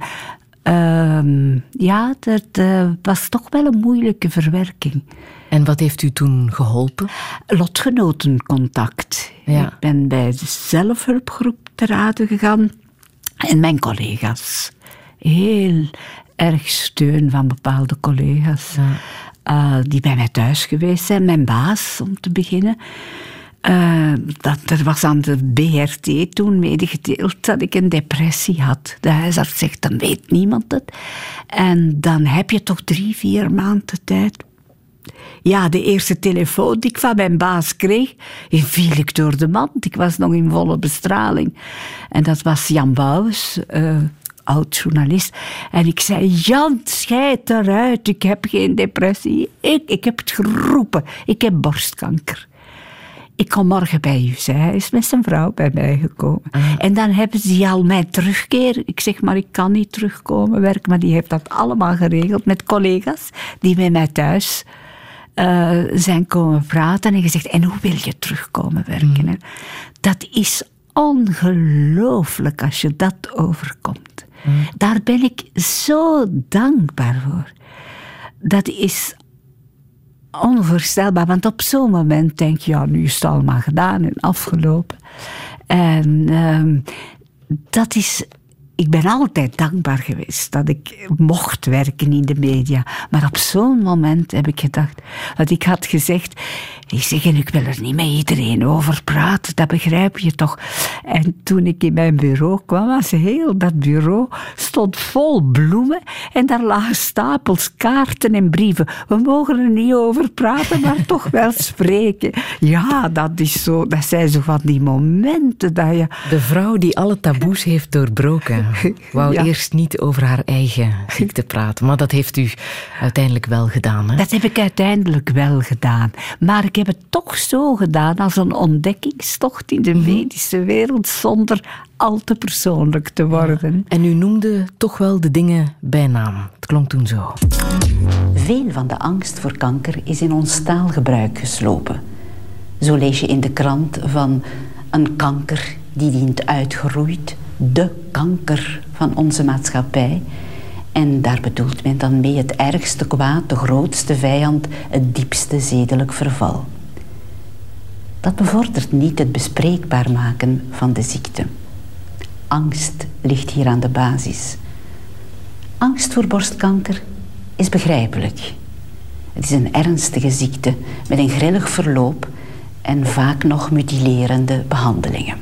uh, ja, dat uh, was toch wel een moeilijke verwerking. En wat heeft u toen geholpen? Lotgenotencontact. Ja. Ik ben bij de zelfhulpgroep te raden gegaan en mijn collega's. Heel erg steun van bepaalde collega's. Ja. Uh, die bij mij thuis geweest zijn, mijn baas om te beginnen. Uh, dat, er was aan de B R T toen medegedeeld dat ik een depressie had. De huisarts zegt, dan weet niemand het. En dan heb je toch drie, vier maanden tijd. Ja, de eerste telefoon die ik van mijn baas kreeg, viel ik door de mand. Ik was nog in volle bestraling. En dat was Jan Bouwens, uh, oud-journalist. En ik zei, Jan, schijt eruit, ik heb geen depressie. Ik, ik heb het geroepen, ik heb borstkanker. Ik kom morgen bij u, zei hij. Hij is met zijn vrouw bij mij gekomen. Uh. En dan hebben ze al mijn terugkeer. Ik zeg maar, ik kan niet terugkomen werken, maar die heeft dat allemaal geregeld met collega's die bij mij thuis uh, zijn komen praten en gezegd, en hoe wil je terugkomen werken? Mm. Dat is ongelooflijk als je dat overkomt. Mm. Daar ben ik zo dankbaar voor. Dat is onvoorstelbaar, want op zo'n moment denk je, ja, nu is het allemaal gedaan en afgelopen. En uh, dat is ik ben altijd dankbaar geweest dat ik mocht werken in de media. Maar op zo'n moment heb ik gedacht, want ik had gezegd, ik zeg, en ik wil er niet met iedereen over praten, dat begrijp je toch. En toen ik in mijn bureau kwam, was heel dat bureau stond vol bloemen en daar lagen stapels kaarten en brieven. We mogen er niet over praten, maar toch wel spreken. Ja, dat is zo, dat zijn zo van die momenten dat je... De vrouw die alle taboes heeft doorbroken, wou ja. eerst niet over haar eigen ziekte praten, maar dat heeft u uiteindelijk wel gedaan, hè? Dat heb ik uiteindelijk wel gedaan. Maar ik heb het toch zo gedaan als een ontdekkingstocht in de medische wereld, zonder al te persoonlijk te worden. Ja. En u noemde toch wel de dingen bij naam. Het klonk toen zo. Veel van de angst voor kanker is in ons taalgebruik geslopen. Zo lees je in de krant van een kanker die dient uitgeroeid, de kanker van onze maatschappij. En daar bedoelt men dan mee het ergste kwaad, de grootste vijand, het diepste zedelijk verval. Dat bevordert niet het bespreekbaar maken van de ziekte. Angst ligt hier aan de basis. Angst voor borstkanker is begrijpelijk. Het is een ernstige ziekte met een grillig verloop en vaak nog mutilerende behandelingen.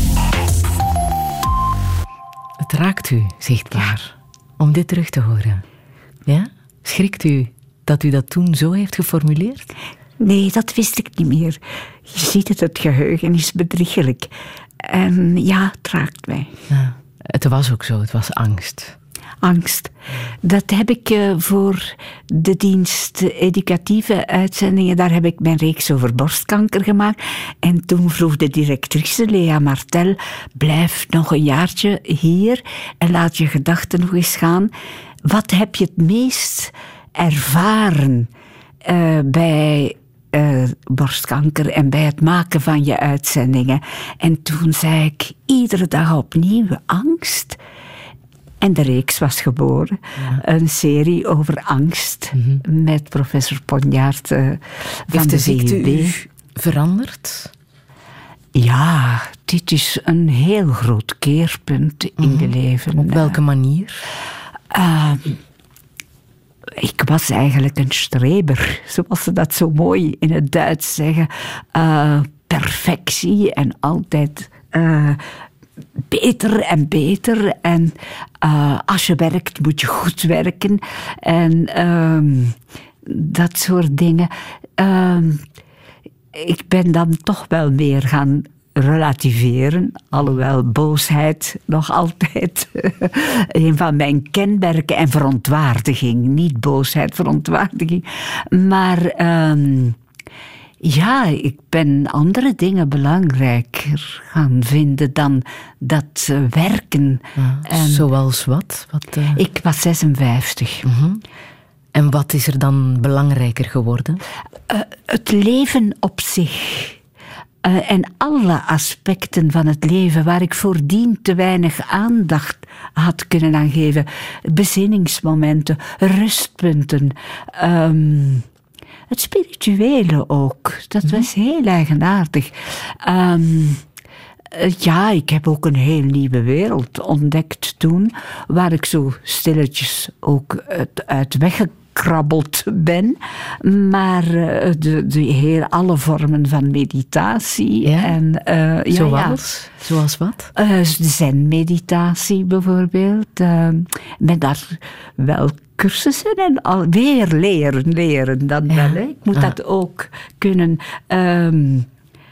Het raakt u zichtbaar om dit terug te horen. Ja? Schrikt u dat u dat toen zo heeft geformuleerd? Nee, dat wist ik niet meer. Je ziet het, het geheugen is bedriegelijk. En ja, het raakt mij. Ja, het was ook zo, het was angst. Angst. Dat heb ik uh, voor de dienst educatieve uitzendingen, daar heb ik mijn reeks over borstkanker gemaakt. En toen vroeg de directrice, Lea Martel, blijf nog een jaartje hier en laat je gedachten nog eens gaan. Wat heb je het meest ervaren uh, bij uh, borstkanker en bij het maken van je uitzendingen? En toen zei ik, iedere dag opnieuw angst. En de reeks was geboren. Ja. Een serie over angst mm-hmm. met professor Ponjaert uh, van Heeft de, de ziekte V U B. u veranderd? Ja, dit is een heel groot keerpunt in mm-hmm. je leven. Op welke manier? Uh, ik was eigenlijk een streber, zoals ze dat zo mooi in het Duits zeggen. Uh, perfectie en altijd... Uh, beter en beter. En uh, als je werkt, moet je goed werken. En uh, dat soort dingen. Uh, ik ben dan toch wel meer gaan relativeren. Alhoewel boosheid nog altijd een van mijn kenmerken. En verontwaardiging. Niet boosheid, verontwaardiging. Maar... Uh, Ja, ik ben andere dingen belangrijker gaan vinden dan dat uh, werken. Ja, en zoals wat? wat uh... Ik was zesenvijftig. Mm-hmm. En wat is er dan belangrijker geworden? Uh, het leven op zich. Uh, en alle aspecten van het leven waar ik voordien te weinig aandacht had kunnen aan geven. Bezinningsmomenten, rustpunten... Um, Het spirituele ook. Dat was heel eigenaardig. Um, ja, ik heb ook een heel nieuwe wereld ontdekt toen, waar ik zo stilletjes ook uit, uit weggekrabbeld ben. Maar de, de heel, alle vormen van meditatie. Ja? En, uh, ja, Zoals? Ja. Zoals wat? Uh, zen-meditatie bijvoorbeeld. Uh, ben daar wel cursussen en al weer leren, leren dan ja. wel. Hè. Ik moet ja. dat ook kunnen. Um,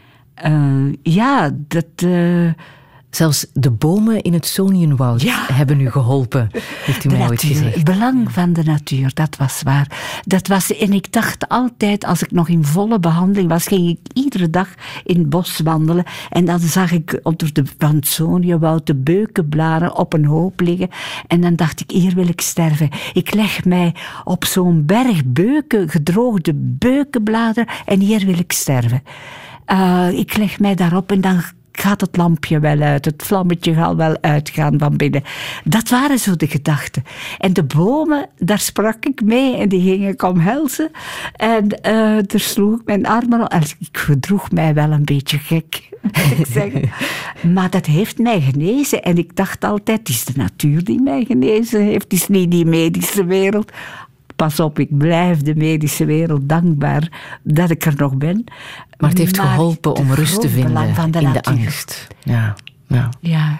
uh, ja, dat... Uh, Zelfs de bomen in het Sonienwoud ja. hebben u geholpen, heeft u mij ooit gezegd. Het belang van de natuur, dat was waar. Dat was, en ik dacht altijd, als ik nog in volle behandeling was, ging ik iedere dag in het bos wandelen. En dan zag ik onder de van het Sonienwoud de beukenbladeren op een hoop liggen. En dan dacht ik, hier wil ik sterven. Ik leg mij op zo'n berg beuken, gedroogde beukenbladeren, en hier wil ik sterven. Uh, ik leg mij daarop en dan gaat het lampje wel uit, het vlammetje gaat wel uitgaan van binnen. Dat waren zo de gedachten. En de bomen, daar sprak ik mee en die gingen ik omhelzen. En uh, daar sloeg ik mijn armen op. Ik gedroeg mij wel een beetje gek, moet ik zeggen. Maar dat heeft mij genezen. En ik dacht altijd, het is de natuur die mij genezen heeft. Het is niet die medische wereld. Pas op, ik blijf de medische wereld dankbaar dat ik er nog ben. Maar het heeft maar geholpen om rust te vinden van de in natuur. de angst. Ja, ja. ja.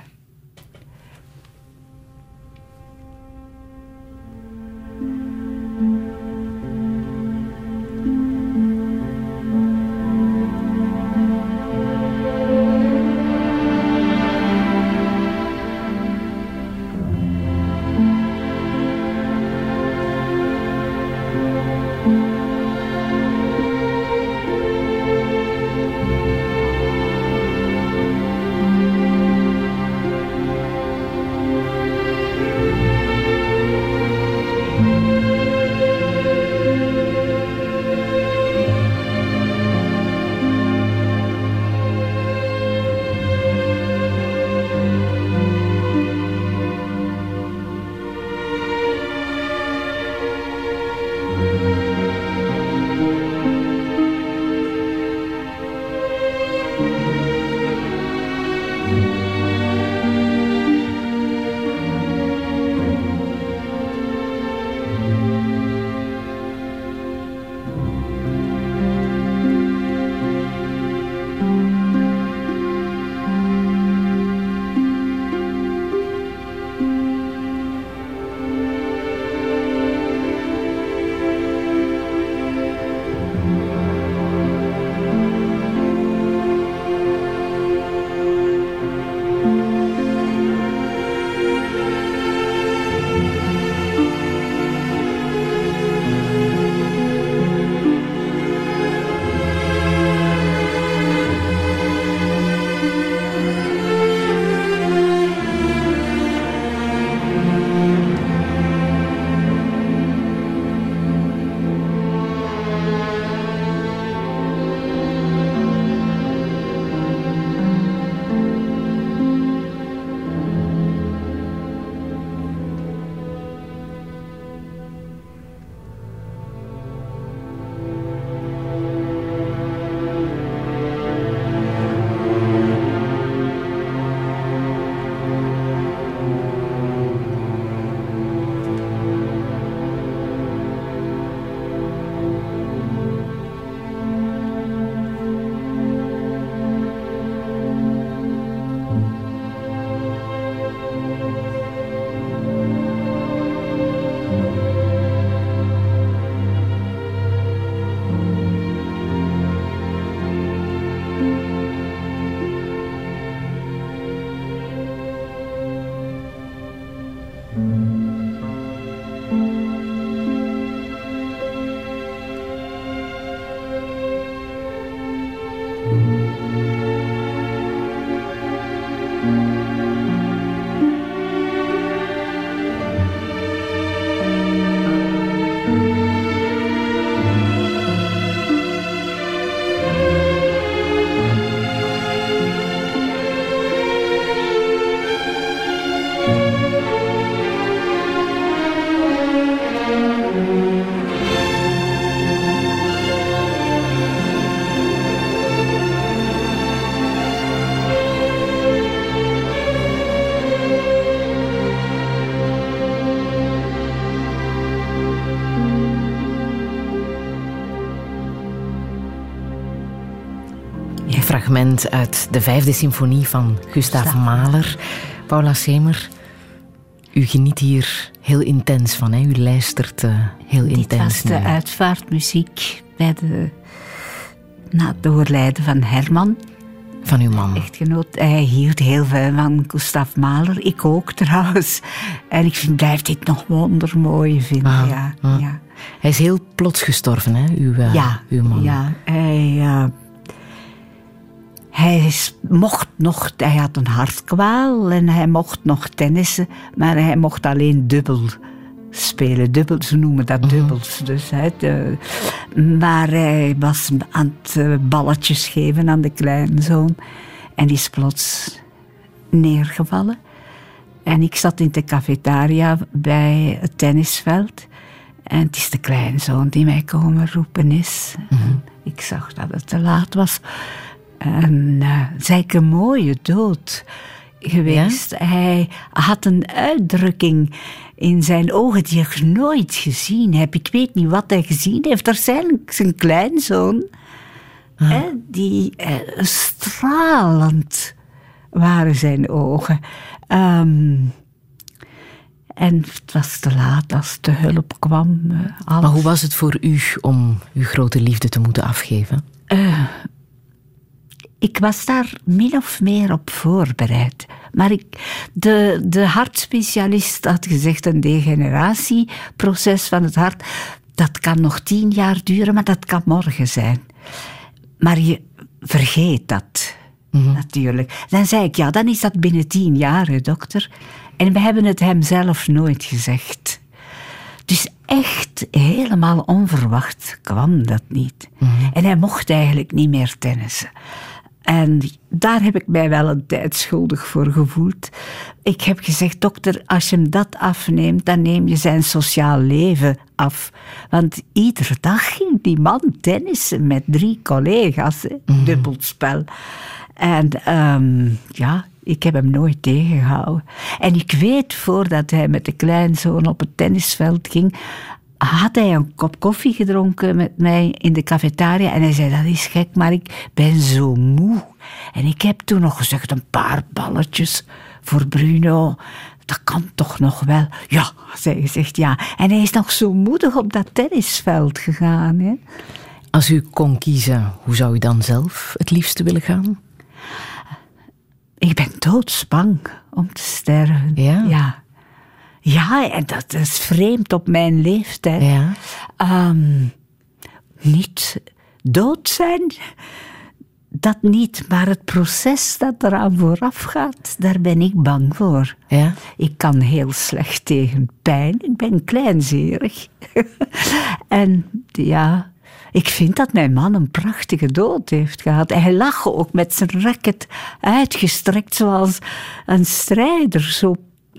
Fragment uit de vijfde symfonie van Gustav Mahler. Paula Seemer, u geniet hier heel intens van, hè? U luistert uh, heel Dit intens. Dit was de nu. uitvaartmuziek bij de, na het overlijden van Herman. Van uw man. Echtgenoot. Hij hield heel veel van Gustav Mahler. Ik ook trouwens. En ik vind, blijf dit nog wondermooi vinden. Ah, ja, ah. ja. Hij is heel plots gestorven, hè? Uw, uh, ja, uw man. Ja, hij... Uh, Hij is, mocht nog, hij had een hartkwaal en hij mocht nog tennissen, maar hij mocht alleen dubbel spelen. Dubbel, ze noemen dat dubbels. Dus, hè, de, maar hij was aan het balletjes geven aan de kleinzoon. En die is plots neergevallen. En ik zat in de cafetaria bij het tennisveld. En het is de kleinzoon die mij komen roepen is. Mm-hmm. Ik zag dat het te laat was. En uh, zei ik een mooie dood geweest. Ja? Hij had een uitdrukking in zijn ogen die ik nooit gezien heb. Ik weet niet wat hij gezien heeft. Waarschijnlijk zijn kleinzoon. Ah. Hè, die uh, stralend waren zijn ogen. Um, en het was te laat als de hulp kwam. Uh, maar hoe was het voor u om uw grote liefde te moeten afgeven? Uh, ik was daar min of meer op voorbereid. Maar ik, de, de hartspecialist had gezegd, een degeneratieproces van het hart, dat kan nog tien jaar duren, maar dat kan morgen zijn. Maar je vergeet dat, mm-hmm. natuurlijk. Dan zei ik, ja, dan is dat binnen tien jaar, hè, dokter. En we hebben het hem zelf nooit gezegd. Dus echt helemaal onverwacht kwam dat niet. Mm-hmm. En hij mocht eigenlijk niet meer tennissen. En daar heb ik mij wel een tijd schuldig voor gevoeld. Ik heb gezegd, dokter, als je hem dat afneemt, dan neem je zijn sociaal leven af. Want iedere dag ging die man tennissen met drie collega's, mm-hmm. dubbelspel. En um, ja, ik heb hem nooit tegengehouden. En ik weet, voordat hij met de kleinzoon op het tennisveld ging, had hij een kop koffie gedronken met mij in de cafetaria. En hij zei, dat is gek, maar ik ben zo moe. En ik heb toen nog gezegd, een paar balletjes voor Bruno. Dat kan toch nog wel? Ja, zei gezegd, ja. En hij is nog zo moedig op dat tennisveld gegaan. Hè? Als u kon kiezen, hoe zou u dan zelf het liefste willen gaan? Ik ben doodsbang om te sterven. Ja? Ja. Ja, en dat is vreemd op mijn leeftijd. Ja. Um, niet dood zijn, dat niet. Maar het proces dat eraan vooraf gaat, daar ben ik bang voor. Ja. Ik kan heel slecht tegen pijn. Ik ben kleinzerig. En ja, ik vind dat mijn man een prachtige dood heeft gehad. Hij lag ook met zijn racket uitgestrekt zoals een strijder, zo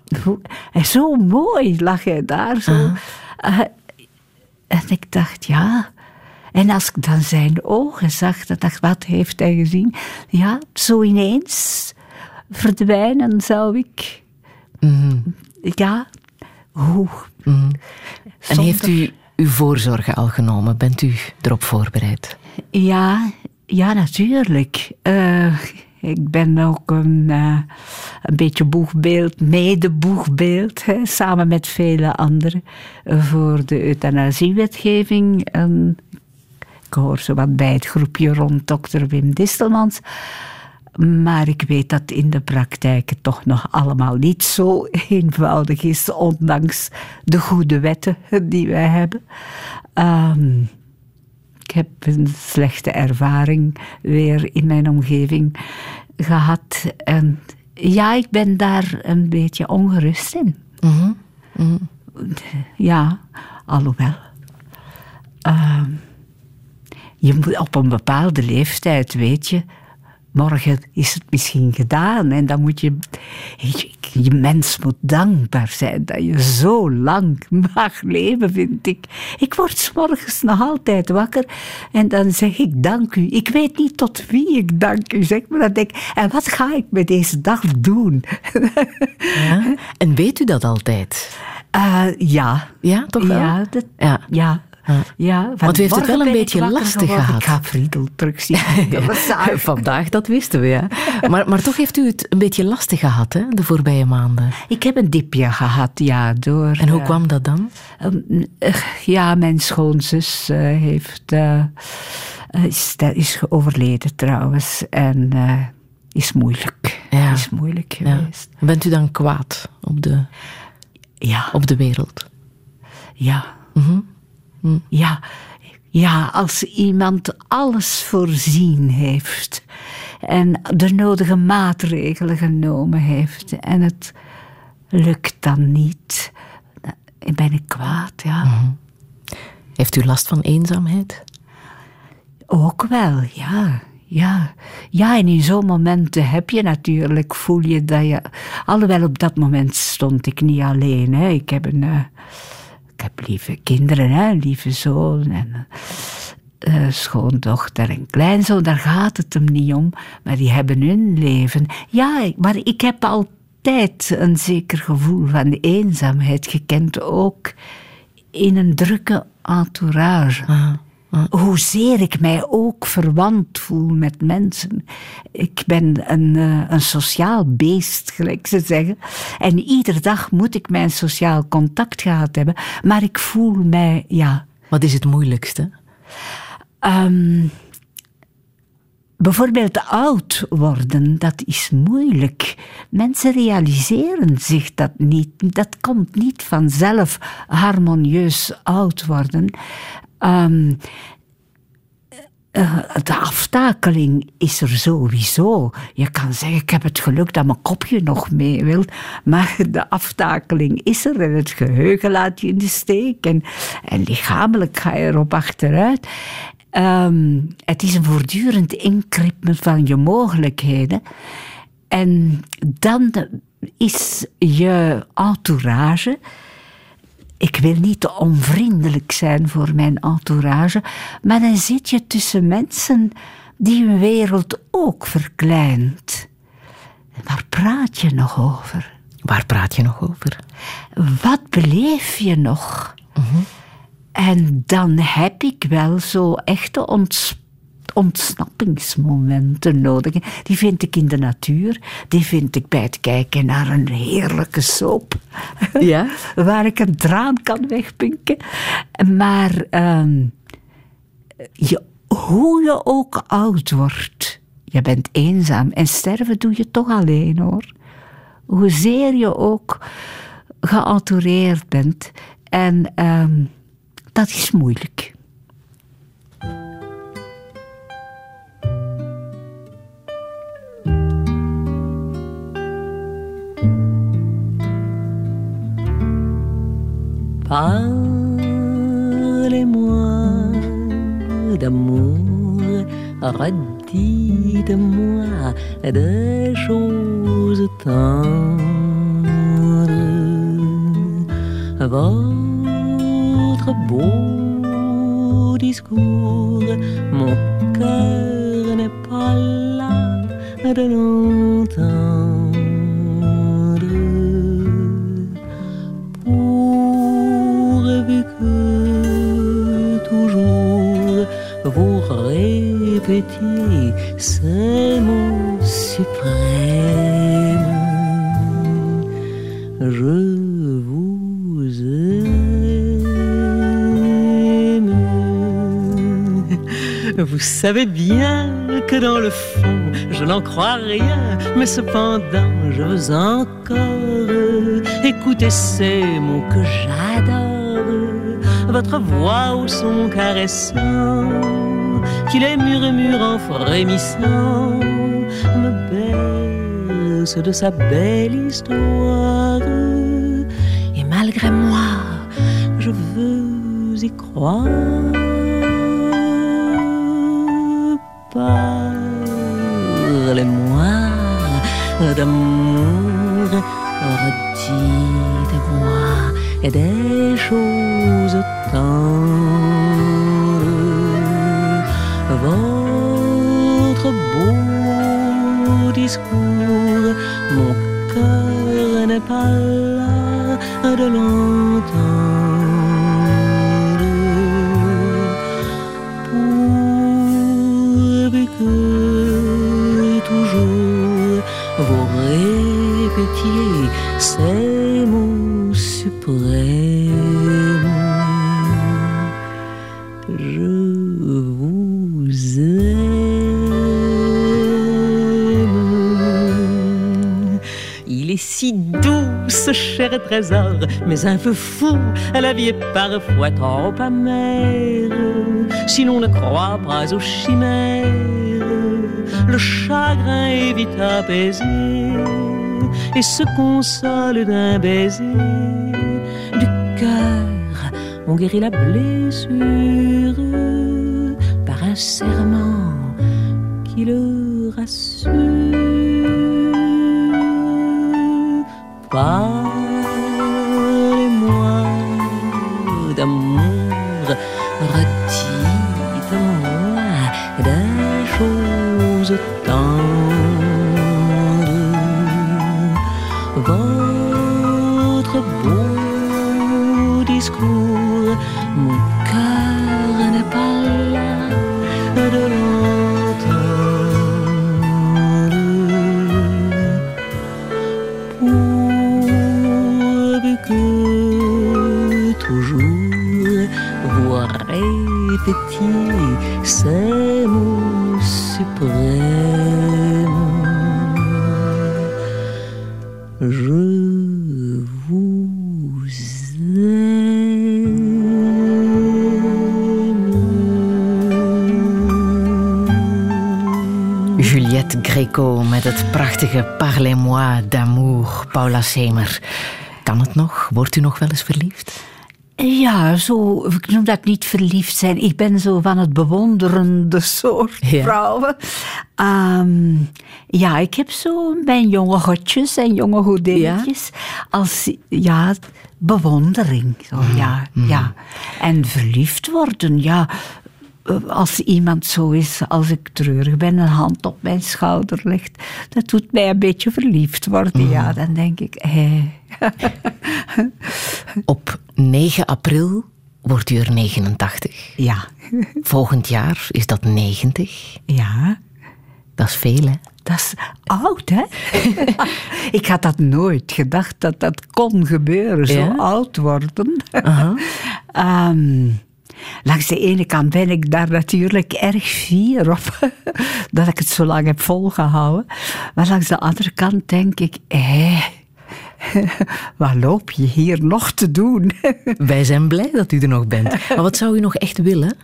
Zo mooi lag hij daar. Zo. Uh-huh. Uh, en ik dacht, ja. En als ik dan zijn ogen zag, dan dacht ik, wat heeft hij gezien? Ja, zo ineens verdwijnen zou ik. Mm-hmm. Ja, hoe? Mm-hmm. En heeft u uw voorzorgen al genomen? Bent u erop voorbereid? Ja, ja, natuurlijk. Uh, Ik ben ook een, uh, een beetje boegbeeld, mede-boegbeeld, hè, samen met vele anderen, voor de euthanasiewetgeving. En ik hoor zowat bij het groepje rond dokter Wim Distelmans. Maar ik weet dat in de praktijk het toch nog allemaal niet zo eenvoudig is, ondanks de goede wetten die wij hebben. Um, Ik heb een slechte ervaring weer in mijn omgeving gehad. En ja, ik ben daar een beetje ongerust in. Mm-hmm. Mm-hmm. Ja, alhoewel. Uh, je moet op een bepaalde leeftijd, weet je, morgen is het misschien gedaan. En dan moet je... Je, je mens moet dankbaar zijn dat je zo lang mag leven, vind ik. Ik word 's morgens nog altijd wakker en dan zeg ik dank u. Ik weet niet tot wie ik dank u zeg, maar dan denk ik, en wat ga ik met deze dag doen? Ja? En weet u dat altijd? Uh, ja. Ja, toch wel? Ja, dat, ja. ja. Ja. Ja, want u heeft het wel een beetje lastig geworden. gehad. Ik ga Friedel terugzien. Ja, vandaag, dat wisten we, ja. Maar, maar toch heeft u het een beetje lastig gehad, hè, de voorbije maanden. Ik heb een dipje gehad, ja. Door, en hoe uh, kwam dat dan? Uh, uh, ja, mijn schoonzus uh, heeft, uh, is, is overleden trouwens. En uh, is moeilijk. Ja. Is moeilijk geweest. Ja. Bent u dan kwaad op de, ja. op de wereld? Ja. Mm-hmm. Mm. Ja, ja, als iemand alles voorzien heeft en de nodige maatregelen genomen heeft en het lukt dan niet, dan ben ik kwaad, ja. Mm-hmm. Heeft u last van eenzaamheid? Ook wel, ja. Ja, ja, en in zo'n momenten heb je natuurlijk, voel je dat je... Alhoewel op dat moment stond ik niet alleen. Hè. Ik heb een... Uh, ik heb lieve kinderen, hè, lieve zoon en uh, schoondochter en kleinzoon. Daar gaat het hem niet om, maar die hebben hun leven. Ja, maar ik heb altijd een zeker gevoel van eenzaamheid gekend, ook in een drukke entourage. Ah. Hoezeer ik mij ook verwant voel met mensen. Ik ben een, uh, een sociaal beest, gelijk ze zeggen. En iedere dag moet ik mijn sociaal contact gehad hebben. Maar ik voel mij, ja... Wat is het moeilijkste? Um, bijvoorbeeld oud worden, dat is moeilijk. Mensen realiseren zich dat niet. Dat komt niet vanzelf, harmonieus oud worden. Um, uh, de aftakeling is er sowieso. Je kan zeggen, ik heb het geluk dat mijn kopje nog mee wil. Maar de aftakeling is er en het geheugen laat je in de steek. En, en lichamelijk ga je erop achteruit. Um, het is een voortdurend inkrimpen van je mogelijkheden. En dan is je entourage... Ik wil niet te onvriendelijk zijn voor mijn entourage, maar dan zit je tussen mensen die hun wereld ook verkleint. Waar praat je nog over? Waar praat je nog over? Wat beleef je nog? Uh-huh. En dan heb ik wel zo echte ontspanning. ontsnappingsmomenten nodig. Die vind ik in de natuur. Die vind ik bij het kijken naar een heerlijke soap. Ja? Waar ik een traan kan wegpinken. Maar um, je, hoe je ook oud wordt, je bent eenzaam. En sterven doe je toch alleen, hoor. Hoezeer je ook geentoureerd bent. En um, dat is moeilijk. Parlez-moi d'amour, redites-moi des choses tendres. Votre beau discours, mon cœur n'est pas là de l'entendre. Vous répétiez ces mots suprêmes. Je vous aime. Vous savez bien que dans le fond, je n'en crois rien, mais cependant, je veux encore écouter ces mots que j'adore. Votre voix au son caressant, qui les murmure en frémissant, me berce de sa belle histoire. Et malgré moi, je veux y croire. Parlez-moi d'amour, redites-moi et des choses tendres. Votre beau discours, mon cœur n'est pas là de l'entendre. Pourvu que toujours vous répétiez ces mots suprêmes. Je vous aime. Il est si doux ce cher trésor, mais un peu fou, la vie est parfois trop amère. Si l'on ne croit pas aux chimères, le chagrin est vite apaisé et se console d'un baiser. Du cœur, on guérit la blessure par un serment qui le rassure. Parlez-moi d'amour, redites-moi des choses tendres. Votre beau discours, mon cœur n'est pas là de l'entendre. Pourvu que toujours vous répétiez ces mots suprêmes. Je vous Juliette Gréco met het prachtige Parlez-moi d'amour, Paula Semer. Kan het nog? Wordt u nog wel eens verliefd? Ja, zo, ik noem dat niet verliefd zijn. Ik ben zo van het bewonderende soort Ja. vrouwen. Um, ja, ik heb zo mijn jonge godjes en jonge godingetjes. Als, ja, bewondering. Zo, Mm. ja, Mm. ja. En verliefd worden, ja. Als iemand zo is, als ik treurig ben, een hand op mijn schouder legt, dat doet mij een beetje verliefd worden. Mm. Ja, dan denk ik, hé. Op negen april wordt u er negenentachtig. Ja. Volgend jaar is dat negentig. Ja. Dat is veel, hè? Dat is oud, hè? Ik had dat nooit gedacht, dat dat kon gebeuren, zo Ja? oud worden. Aha. um, langs de ene kant ben ik daar natuurlijk erg fier op, dat ik het zo lang heb volgehouden. Maar langs de andere kant denk ik, hé, wat loop je hier nog te doen? Wij zijn blij dat u er nog bent. Maar wat zou u nog echt willen?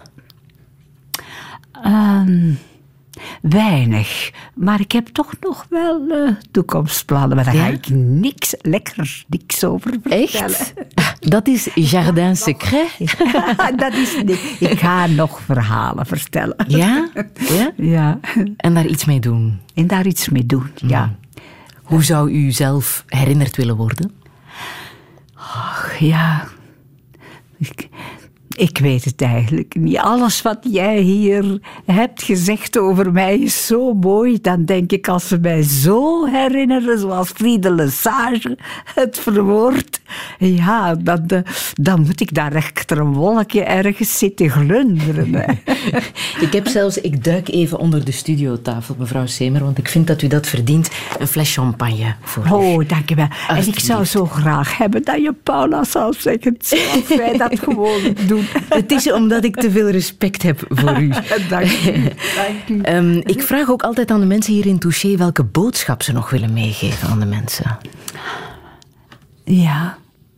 Um, weinig. Maar ik heb toch nog wel uh, toekomstplannen. Maar daar Ja? ga ik niks, lekker niks over vertellen. Echt? Dat is jardin secret. Dat is niet. Ik ga nog verhalen vertellen. Ja? Ja? Ja. En daar iets mee doen? En daar iets mee doen, ja. Hoe zou u zelf herinnerd willen worden? Ach, ja. Ik, ik weet het eigenlijk niet. Alles wat jij hier hebt gezegd over mij is zo mooi. Dan denk ik, als ze mij zo herinneren, zoals Friede Lesage het verwoordt, ja, dan, dan moet ik daar achter een wolkje ergens zitten glunderen. Hè. Ik heb zelfs, ik duik even onder de studiotafel, mevrouw Semer, want ik vind dat u dat verdient. Een fles champagne voor u. Oh, dank je wel. En ik zou zo graag hebben dat je Paula zou zeggen, zoals wij dat gewoon doen. Het is omdat ik te veel respect heb voor u. Dank u. Dank u. Um, ik vraag ook altijd aan de mensen hier in Touché welke boodschap ze nog willen meegeven aan de mensen. Ja.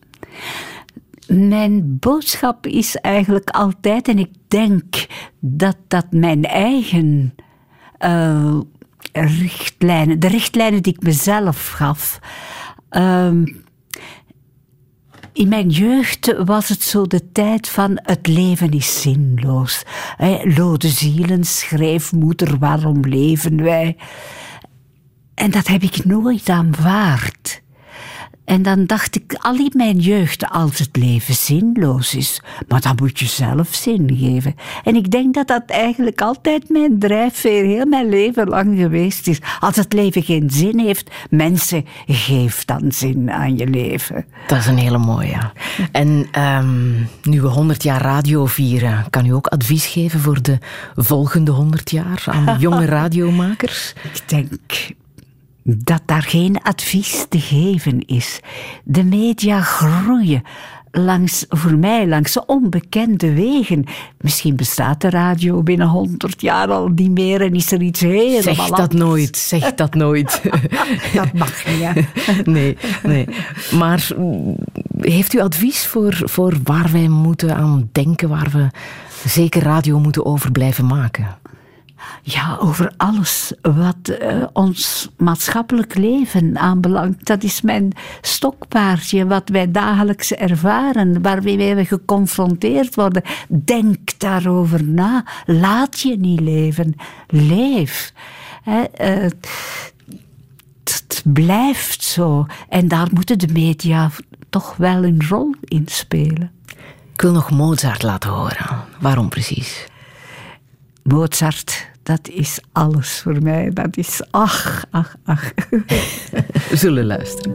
Mijn boodschap is eigenlijk altijd, en ik denk dat dat mijn eigen uh, richtlijnen, de richtlijnen die ik mezelf gaf. Um, In mijn jeugd was het zo de tijd van het leven is zinloos. Lode zielen, schrijfmoeder, waarom leven wij? En dat heb ik nooit aanvaard. En dan dacht ik al in mijn jeugd, als het leven zinloos is, maar dan moet je zelf zin geven. En ik denk dat dat eigenlijk altijd mijn drijfveer heel mijn leven lang geweest is. Als het leven geen zin heeft, mensen, geef dan zin aan je leven. Dat is een hele mooie. En um, nu we honderd jaar radio vieren, kan u ook advies geven voor de volgende honderd jaar aan de jonge radiomakers? Ik denk dat daar geen advies te geven is. De media groeien langs, voor mij langs onbekende wegen. Misschien bestaat de radio binnen honderd jaar al niet meer en is er iets helemaal Zeg dat anders. nooit, zeg dat nooit. Dat mag niet, hè. Nee, nee. Maar heeft u advies voor, voor waar wij moeten aan denken, waar we zeker radio moeten over blijven maken? Ja, over alles wat uh, ons maatschappelijk leven aanbelangt. Dat is mijn stokpaardje, wat wij dagelijks ervaren, waarmee wij geconfronteerd worden. Denk daarover na. Laat je niet leven. Leef. He, uh, het blijft zo. En daar moeten de media toch wel een rol in spelen. Ik wil nog Mozart laten horen. Waarom precies? Mozart, dat is alles voor mij. Dat is ach, ach, ach. We zullen luisteren.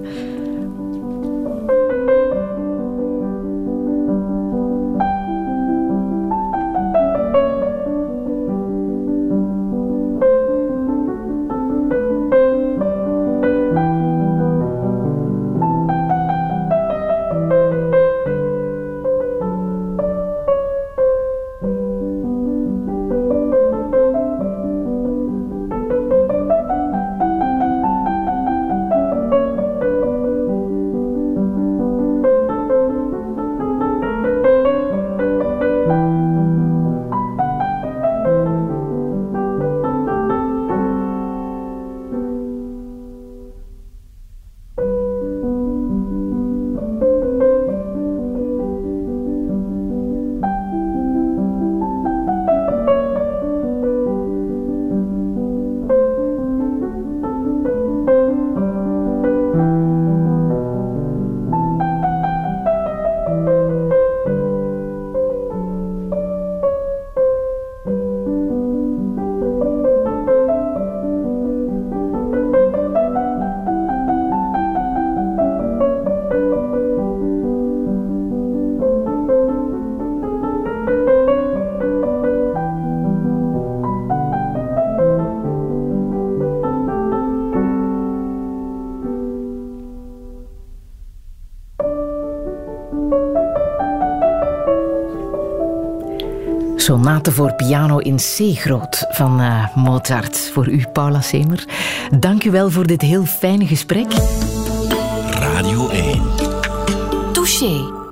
Sonate voor piano in C-groot van uh, Mozart. Voor u, Paula Semer. Dank u wel voor dit heel fijne gesprek. Radio één. Touché.